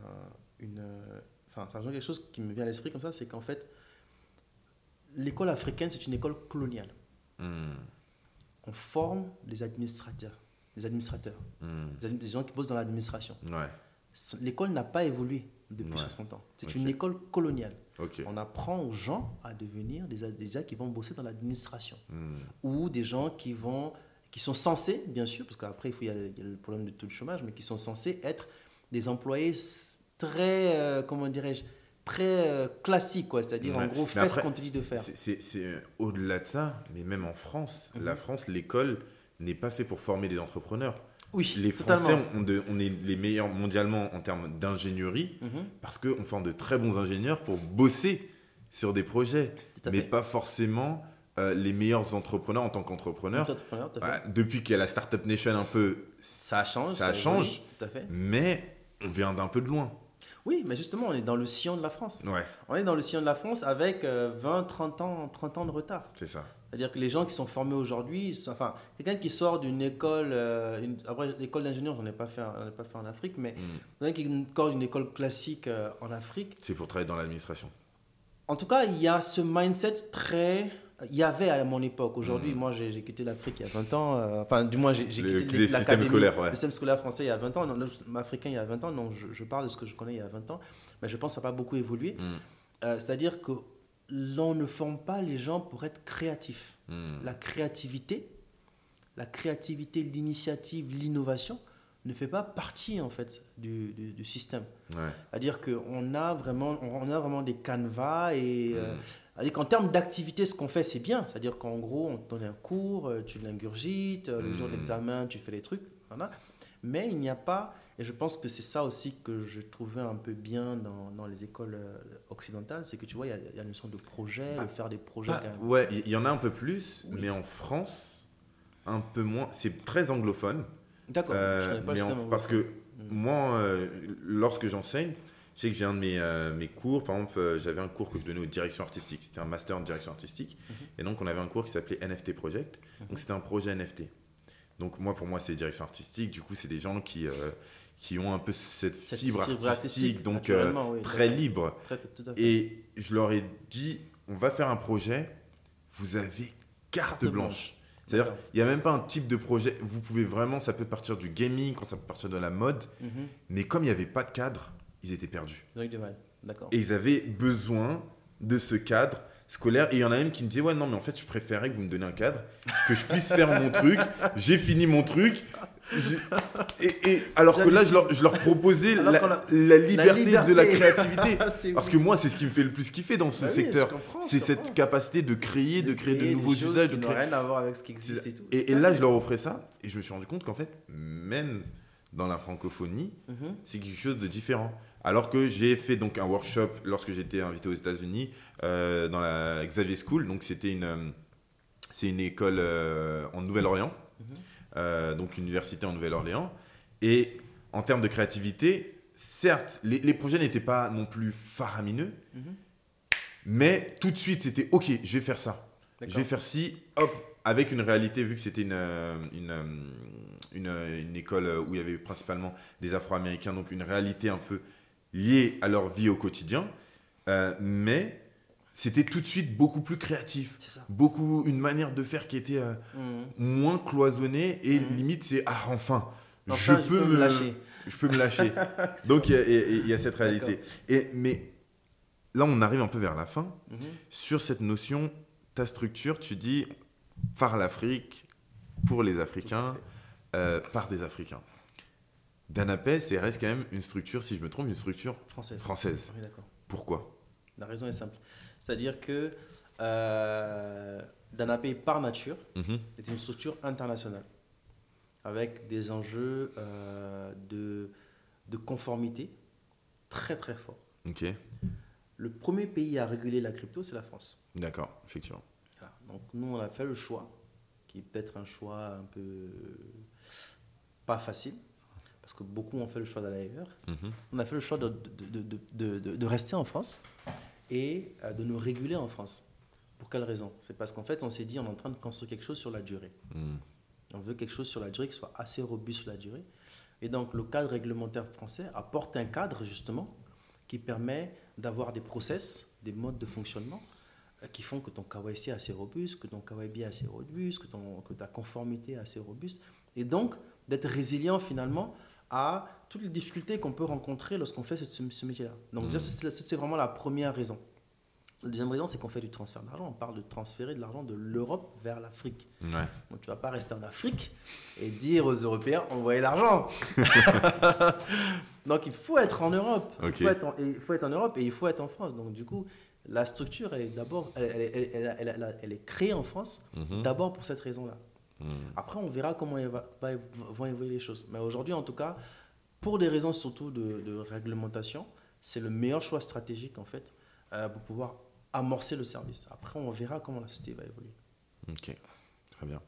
ça rejoint quelque chose qui me vient à l'esprit comme ça, c'est qu'en fait, l'école africaine, c'est une école coloniale. On forme des administrateurs, des gens qui bossent dans l'administration. L'école n'a pas évolué depuis 60 ans. C'est une école coloniale. On apprend aux gens à devenir des gens qui vont bosser dans l'administration. Ou des gens qui sont censés, bien sûr, parce qu'après il y a le problème du taux de chômage, mais qui sont censés être des employés très, très classique, quoi. C'est-à-dire, en gros, fais ce qu'on te dit de faire. C'est au-delà de ça, mais même en France, la France, l'école n'est pas fait pour former des entrepreneurs. Oui, les Français, on est les meilleurs mondialement en termes d'ingénierie parce qu'on forme de très bons ingénieurs pour bosser sur des projets, mais pas forcément les meilleurs entrepreneurs en tant qu'entrepreneurs. Depuis qu'il y a la Startup Nation un peu, ça change, oui, tout à fait. Mais on vient d'un peu de loin. Oui, mais justement, on est dans le sillon de la France. Ouais. On est dans le sillon de la France avec 20, 30 ans de retard. C'est ça. C'est-à-dire que les gens qui sont formés aujourd'hui, enfin, quelqu'un qui sort d'une école, après l'école d'ingénieur, on n'a pas fait en Afrique, mais quelqu'un qui sort d'une école classique en Afrique. C'est pour travailler dans l'administration. En tout cas, il y a ce mindset très... Il y avait à mon époque. Aujourd'hui, moi, j'ai quitté l'Afrique il y a 20 ans. Enfin, du moins, j'ai quitté l'académie, le système scolaire français il y a 20 ans, l'africain il y a 20 ans. Donc, je parle de ce que je connais il y a 20 ans. Mais je pense que ça n'a pas beaucoup évolué. C'est-à-dire que l'on ne forme pas les gens pour être créatifs. La créativité, l'initiative, l'innovation ne fait pas partie en fait du système. C'est-à-dire qu'on a vraiment des canevas et c'est-à-dire qu'en termes d'activité, ce qu'on fait, c'est bien. C'est-à-dire qu'en gros, on te donne un cours, tu l'ingurgites, le jour de l'examen, tu fais les trucs. Voilà. Mais il n'y a pas, et je pense que c'est ça aussi que je trouvais un peu bien dans les écoles occidentales, c'est que tu vois, il y a une notion de projet, de faire des projets. Ouais, il y en a un peu plus, mais en France, un peu moins. C'est très anglophone. D'accord, parce que moi, lorsque j'enseigne, je sais que j'ai un de mes cours, par exemple, j'avais un cours que je donnais aux directions artistiques, c'était un master en direction artistique, et donc on avait un cours qui s'appelait NFT Project, donc c'était un projet NFT. Donc pour moi, c'est direction artistique, du coup, c'est des gens qui ont un peu cette fibre artistique, donc très libre. Tout à fait. Et je leur ai dit, on va faire un projet, vous avez carte blanche. C'est-à-dire, il n'y a même pas un type de projet. Vous pouvez vraiment, ça peut partir du gaming, quand ça peut partir de la mode. Mais comme il n'y avait pas de cadre, ils étaient perdus. D'accord. Et ils avaient besoin de ce cadre scolaire. Et il y en a même qui me disaient, ouais, non, mais en fait, je préférais que vous me donniez un cadre, que je puisse faire mon truc. J'ai fini mon truc. Alors que là, je leur proposais la liberté de la créativité. Parce que moi, c'est ce qui me fait le plus kiffer dans ce secteur. C'est cette capacité de créer de nouveaux usages. Qui n'ont rien à voir avec ce qui existe et tout. Et là, je leur offrais ça. Et je me suis rendu compte qu'en fait, même dans la francophonie, c'est quelque chose de différent. Alors que j'ai fait donc un workshop lorsque j'étais invité aux États-Unis dans la Xavier School. Donc, c'est une école en Nouvelle-Orléans. Donc université en Nouvelle-Orléans. Et en termes de créativité, certes, les projets n'étaient pas non plus faramineux, mais tout de suite, c'était OK, je vais faire ça. Je vais faire ci, hop, avec une réalité, vu que c'était une école où il y avait principalement des Afro-Américains, donc une réalité un peu liée à leur vie au quotidien. Mais c'était tout de suite beaucoup plus créatif. Une manière de faire qui était moins cloisonnée et limite c'est enfin je peux me lâcher. Donc il y a cette réalité. Mais là on arrive un peu vers la fin sur cette notion, ta structure, tu dis par l'Afrique, pour les Africains, par des Africains. Danapé, c'est reste quand même une structure, si je me trompe, une structure française. Oui, d'accord. Pourquoi ? La raison est simple. C'est-à-dire que Danapé, par nature, est une structure internationale avec des enjeux de conformité très très forts. Okay. Le premier pays à réguler la crypto, c'est la France. D'accord, effectivement. Voilà. Donc nous, on a fait le choix, qui est peut-être un choix un peu pas facile, parce que beaucoup ont fait le choix d'aller ailleurs. On a fait le choix de rester en France et de nous réguler en France. Pour quelle raison ? C'est parce qu'en fait, on s'est dit, on est en train de construire quelque chose sur la durée. On veut quelque chose sur la durée qui soit assez robuste sur la durée. Et donc, le cadre réglementaire français apporte un cadre, justement, qui permet d'avoir des process, des modes de fonctionnement qui font que ton KYC est assez robuste, que ton KYB est assez robuste, que ta conformité est assez robuste. Et donc, d'être résilient, finalement, à toutes les difficultés qu'on peut rencontrer lorsqu'on fait ce métier-là. Donc, déjà, c'est vraiment la première raison. La deuxième raison, c'est qu'on fait du transfert d'argent. On parle de transférer de l'argent de l'Europe vers l'Afrique. Ouais. Donc, tu ne vas pas rester en Afrique et dire aux Européens, envoyez l'argent. Donc, il faut être en Europe. Ok. Il faut être en Europe et il faut être en France. Donc, du coup, la structure, elle est créée en France d'abord pour cette raison-là. Après, on verra comment vont évoluer les choses. Mais aujourd'hui, en tout cas, pour des raisons surtout de réglementation, c'est le meilleur choix stratégique, en fait, pour pouvoir amorcer le service. Après, on verra comment la société va évoluer. Ok, très bien.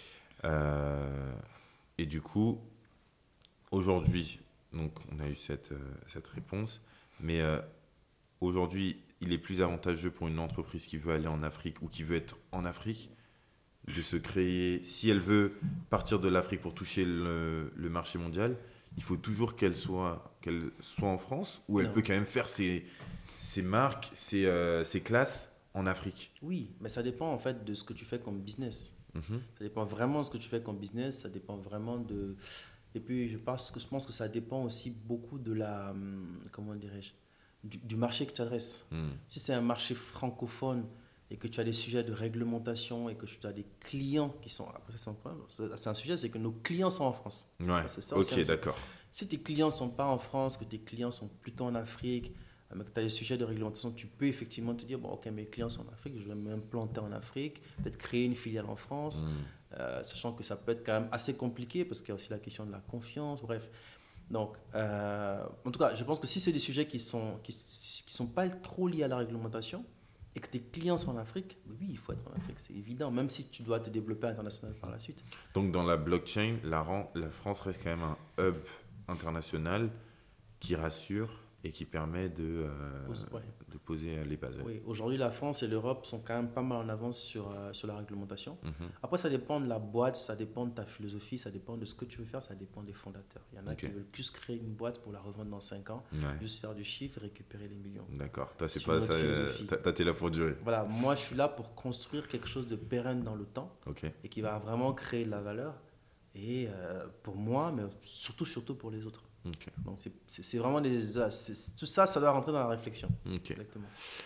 Et du coup, aujourd'hui, donc on a eu cette réponse, mais aujourd'hui, il est plus avantageux pour une entreprise qui veut aller en Afrique ou qui veut être en Afrique de se créer, si elle veut partir de l'Afrique pour toucher le marché mondial, il faut toujours qu'elle soit en France, ou elle Non. peut quand même faire ses marques, ses classes en Afrique. Oui, mais ça dépend en fait de ce que tu fais comme business. Ça dépend vraiment de ce que tu fais comme business, ça dépend vraiment de... Et puis je pense que ça dépend aussi beaucoup de la... Comment dirais-je, du marché que tu adresses. Si c'est un marché francophone et que tu as des sujets de réglementation et que tu as des clients qui sont... Après, c'est un sujet, c'est que nos clients sont en France. Ouais, C'est ça ok, aussi, d'accord. Si tes clients ne sont pas en France, que tes clients sont plutôt en Afrique, mais que tu as des sujets de réglementation, tu peux effectivement te dire, bon, ok, mes clients sont en Afrique, je vais m'implanter en Afrique, peut-être créer une filiale en France, sachant que ça peut être quand même assez compliqué parce qu'il y a aussi la question de la confiance, bref. Donc, en tout cas, je pense que si c'est des sujets qui sont pas trop liés à la réglementation et que tes clients sont en Afrique, oui, il faut être en Afrique, c'est évident, même si tu dois te développer international par la suite. Donc dans la blockchain, la France reste quand même un hub international qui rassure et qui permet de poser les bases. Oui, aujourd'hui, la France et l'Europe sont quand même pas mal en avance sur la réglementation. Après, ça dépend de la boîte, ça dépend de ta philosophie, ça dépend de ce que tu veux faire, ça dépend des fondateurs. Il y en a qui veulent juste créer une boîte pour la revendre dans 5 ans, juste faire du chiffre et récupérer les millions. D'accord, toi, c'est pas ça, t'es là pour durer. Voilà, moi, je suis là pour construire quelque chose de pérenne dans le temps et qui va vraiment créer de la valeur. Et pour moi, mais surtout pour les autres. Okay. Donc c'est vraiment tout ça, ça doit rentrer dans la réflexion. Okay. Exactement.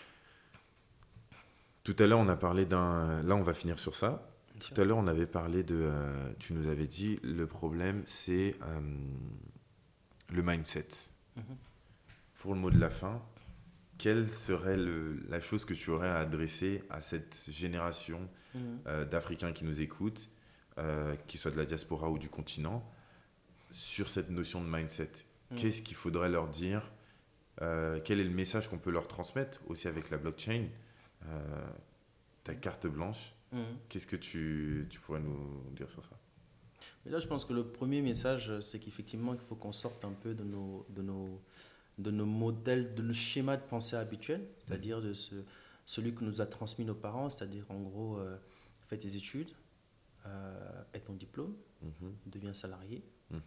Tout à l'heure, on a parlé là, on va finir sur ça. Bien sûr. Tout à l'heure, on avait parlé tu nous avais dit, le problème, c'est le mindset. Pour le mot de la fin, quelle serait la chose que tu aurais à adresser à cette génération d'Africains qui nous écoutent, qu'ils soient de la diaspora ou du continent, sur cette notion de mindset? Qu'est-ce qu'il faudrait leur dire? Quel est le message qu'on peut leur transmettre aussi avec la blockchain? Ta carte blanche, qu'est-ce que tu pourrais nous dire sur ça? Déjà, je pense que le premier message, c'est qu'effectivement, il faut qu'on sorte un peu de nos modèles, de nos schémas de pensée habituels, c'est-à-dire de celui que nous a transmis nos parents, c'est-à-dire en gros, fais tes études, aie ton diplôme, deviens salarié.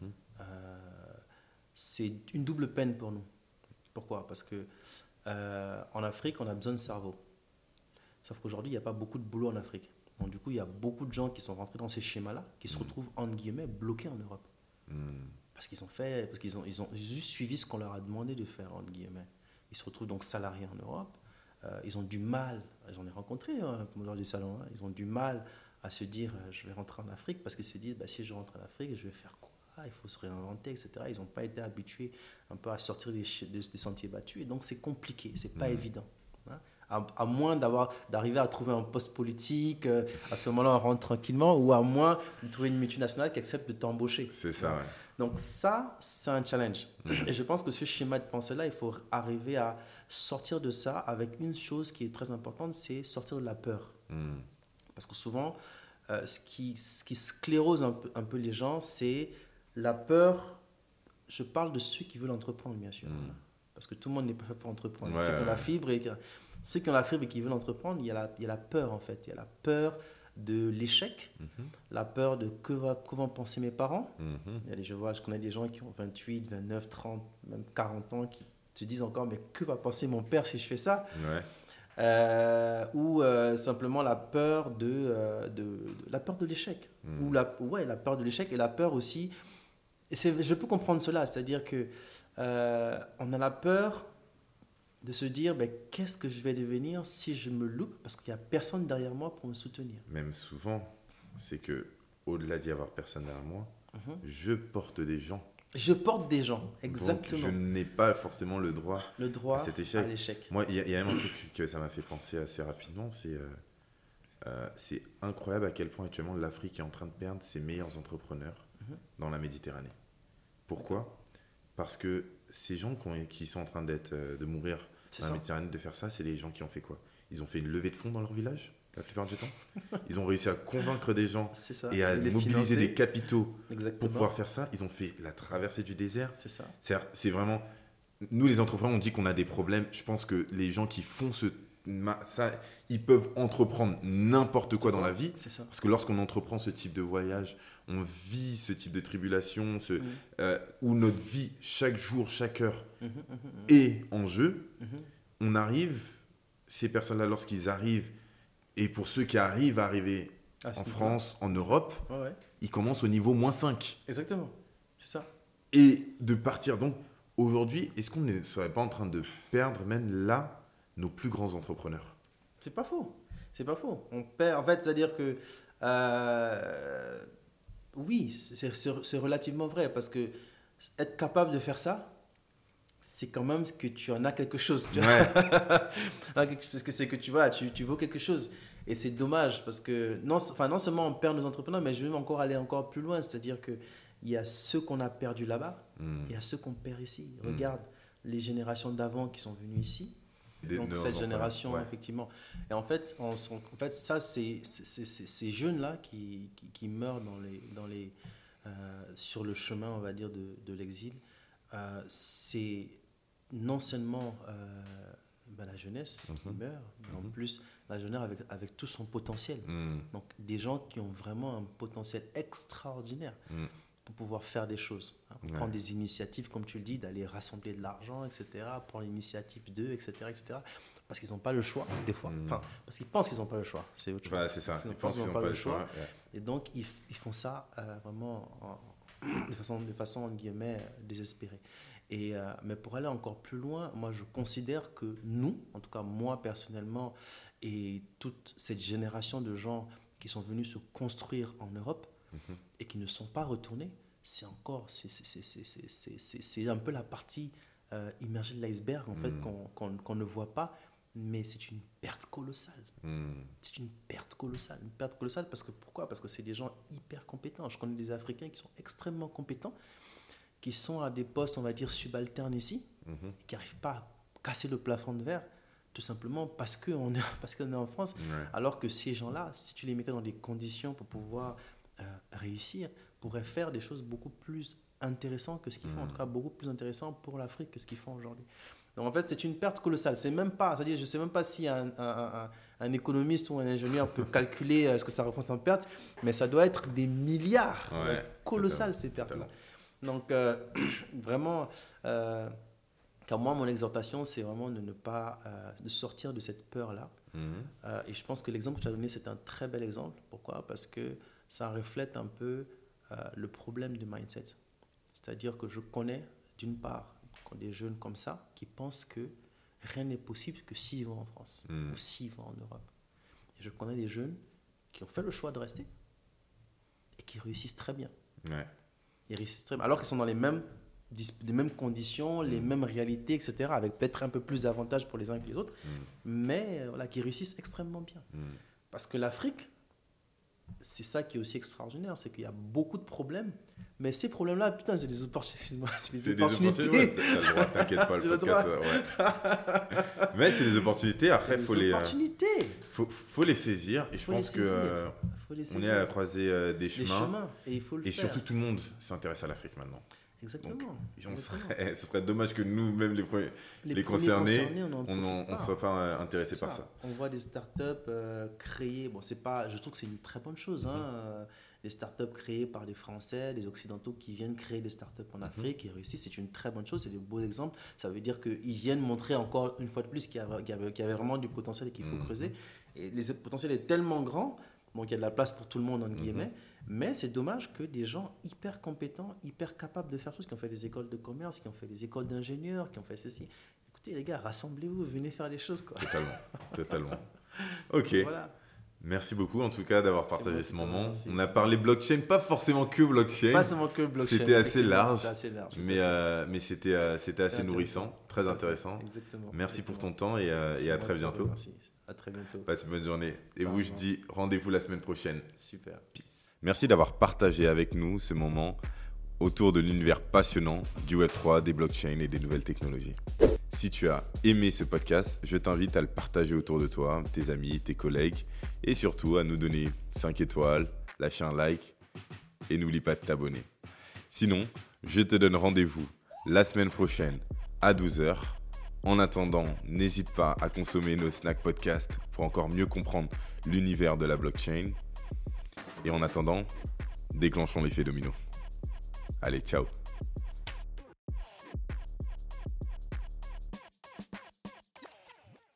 C'est une double peine pour nous. Pourquoi? Parce que en Afrique, on a besoin de cerveau. Sauf qu'aujourd'hui, il n'y a pas beaucoup de boulot en Afrique. Donc du coup, il y a beaucoup de gens qui sont rentrés dans ces schémas-là, qui se retrouvent, entre guillemets, bloqués en Europe. Parce qu'ils ont juste suivi ce qu'on leur a demandé de faire, entre guillemets. Ils se retrouvent donc salariés en Europe. Ils ont du mal, j'en ai rencontré lors du salon, ils ont du mal à se dire je vais rentrer en Afrique, parce qu'ils se disent si je rentre en Afrique, je vais faire quoi? Il faut se réinventer, etc. Ils n'ont pas été habitués un peu à sortir des sentiers battus, et donc c'est compliqué, c'est pas évident. À moins d'arriver à trouver un poste politique, à ce moment-là on rentre tranquillement, ou à moins de trouver une multinationale qui accepte de t'embaucher. C'est ça, ouais. Donc ça, c'est un challenge. Et je pense que ce schéma de pensée-là, il faut arriver à sortir de ça avec une chose qui est très importante, c'est sortir de la peur. Parce que souvent, ce qui sclérose un peu les gens, c'est la peur. Je parle de ceux qui veulent entreprendre, bien sûr. Parce que tout le monde n'est pas fait pour entreprendre. Ceux qui ont la fibre et qui veulent entreprendre, il y a la peur, en fait. Il y a la peur de l'échec, la peur de que vont penser mes parents. Je connais des gens qui ont 28, 29, 30, même 40 ans qui se disent encore, mais que va penser mon père si je fais ça? Ou simplement la peur de l'échec. Ou la peur de l'échec, et la peur aussi. Et je peux comprendre cela, c'est-à-dire que on a la peur de se dire, ben, qu'est-ce que je vais devenir si je me loupe parce qu'il n'y a personne derrière moi pour me soutenir. Même souvent, c'est que au-delà d'y avoir personne derrière moi, je porte des gens. Je porte des gens, exactement. Donc, je n'ai pas forcément le droit à cet échec. À l'échec. Moi, il y a même un truc que ça m'a fait penser assez rapidement, c'est incroyable à quel point actuellement l'Afrique est en train de perdre ses meilleurs entrepreneurs dans la Méditerranée. Pourquoi ? Parce que ces gens qui sont en train de mourir dans la Méditerranée, de faire ça, c'est les gens qui ont fait quoi ? Ils ont fait une levée de fonds dans leur village, la plupart du temps. Ils ont réussi à convaincre des gens et à mobiliser des capitaux pour pouvoir faire ça. Ils ont fait la traversée du désert. C'est ça. C'est vraiment... Nous, les entrepreneurs, on dit qu'on a des problèmes. Je pense que les gens qui font ça, ils peuvent entreprendre n'importe quoi dans la vie. C'est ça. Parce que lorsqu'on entreprend ce type de voyage, on vit ce type de tribulation, où notre vie, chaque jour, chaque heure, est en jeu. On arrive, ces personnes-là, lorsqu'ils arrivent, et pour ceux qui arrivent à arriver en France, en Europe, ils commencent au niveau -5. Exactement, c'est ça. Et de partir. Donc, aujourd'hui, est-ce qu'on ne serait pas en train de perdre même là nos plus grands entrepreneurs? C'est pas faux. C'est pas faux. On perd. En fait, c'est-à-dire que oui, c'est relativement vrai parce que être capable de faire ça, c'est quand même que tu en as quelque chose. Tu vois. C'est que tu vois, tu vaux quelque chose. Et c'est dommage parce que non seulement on perd nos entrepreneurs, mais je vais encore aller encore plus loin. C'est-à-dire qu'il y a ceux qu'on a perdus là-bas et il y a ceux qu'on perd ici. Regarde les générations d'avant qui sont venues ici. Donc cette génération, effectivement. Et en fait, ça, c'est ces jeunes-là qui meurent sur le chemin, on va dire, de l'exil. C'est non seulement la jeunesse qui meurt, mais en plus la jeunesse avec tout son potentiel. Donc des gens qui ont vraiment un potentiel extraordinaire pour pouvoir faire des choses, prendre des initiatives, comme tu le dis, d'aller rassembler de l'argent, etc., prendre l'initiative d'eux, etc., parce qu'ils n'ont pas le choix, des fois. Enfin, parce qu'ils pensent qu'ils n'ont pas le choix. C'est autre chose. Voilà, c'est ça. Ils pensent qu'ils n'ont pas le choix. Et donc, ils font ça vraiment de façon, entre guillemets, désespérée. Mais pour aller encore plus loin, moi, je considère que nous, en tout cas moi personnellement, et toute cette génération de gens qui sont venus se construire en Europe, et qui ne sont pas retournés, c'est un peu la partie immergée de l'iceberg en fait qu'on ne voit pas, mais c'est une perte colossale. C'est une perte colossale parce que pourquoi ? Parce que c'est des gens hyper compétents. Je connais des Africains qui sont extrêmement compétents, qui sont à des postes, on va dire, subalternes ici, et qui n'arrivent pas à casser le plafond de verre, tout simplement parce qu'on est en France, alors que ces gens-là, si tu les mettais dans des conditions pour pouvoir réussir, pourraient faire des choses beaucoup plus intéressantes que ce qu'ils font, en tout cas beaucoup plus intéressantes pour l'Afrique que ce qu'ils font aujourd'hui. Donc en fait, c'est une perte colossale. C'est même pas, c'est-à-dire, je ne sais même pas si un économiste ou un ingénieur peut calculer ce que ça représente en perte, mais ça doit être des milliards. Ça doit être colossal, ces pertes-là. Donc vraiment, car moi, mon exhortation, c'est vraiment de ne pas de sortir de cette peur-là. Et je pense que l'exemple que tu as donné, c'est un très bel exemple. Pourquoi ? Parce que ça reflète un peu le problème du mindset. C'est-à-dire que je connais, d'une part, des jeunes comme ça qui pensent que rien n'est possible que s'ils vont en France ou s'ils vont en Europe. Et je connais des jeunes qui ont fait le choix de rester et qui réussissent très bien. Ils réussissent très bien, alors qu'ils sont dans les mêmes conditions, les mêmes réalités, etc., avec peut-être un peu plus d'avantages pour les uns que les autres, mais qui réussissent extrêmement bien. Parce que l'Afrique, c'est ça qui est aussi extraordinaire, c'est qu'il y a beaucoup de problèmes, mais ces problèmes-là, putain, c'est des opportunités. C'est des opportunités. T'as le droit, t'inquiète pas, le podcast. Mais c'est des opportunités, après, il faut les saisir, et je pense qu'on est à la croisée des chemins. Et surtout, tout le monde s'intéresse à l'Afrique maintenant. Exactement. Donc, ce serait dommage que nous, même les concernés, on ne soit pas intéressés par ça. On voit des startups créées. Bon, je trouve que c'est une très bonne chose. Les startups créées par des Français, des Occidentaux qui viennent créer des startups en Afrique et réussissent, c'est une très bonne chose. C'est des beaux exemples. Ça veut dire qu'ils viennent montrer encore une fois de plus qu'il y avait vraiment du potentiel et qu'il faut creuser. Et le potentiel est tellement grand. Donc il y a de la place pour tout le monde, entre guillemets. Mais c'est dommage que des gens hyper compétents, hyper capables de faire tout, qui ont fait des écoles de commerce, qui ont fait des écoles d'ingénieurs, qui ont fait ceci. écoutez les gars, rassemblez-vous, venez faire des choses, quoi. Totalement. Ok. Voilà. Merci beaucoup en tout cas d'avoir partagé ce moment. On a parlé blockchain, pas forcément que blockchain. Pas seulement que blockchain. C'était assez large. Mais c'était assez nourrissant, très intéressant. Exactement. Merci pour ton temps et à très bientôt. Merci. À très bientôt. Passe une bonne journée. Et vous, je dis rendez-vous la semaine prochaine. Super. Peace. Merci d'avoir partagé avec nous ce moment autour de l'univers passionnant du Web3, des blockchains et des nouvelles technologies. Si tu as aimé ce podcast, je t'invite à le partager autour de toi, tes amis, tes collègues, et surtout à nous donner 5 étoiles, lâcher un like, et n'oublie pas de t'abonner. Sinon, je te donne rendez-vous la semaine prochaine à 12h. En attendant, n'hésite pas à consommer nos snacks podcasts pour encore mieux comprendre l'univers de la blockchain. Et en attendant, déclenchons l'effet domino. Allez, ciao.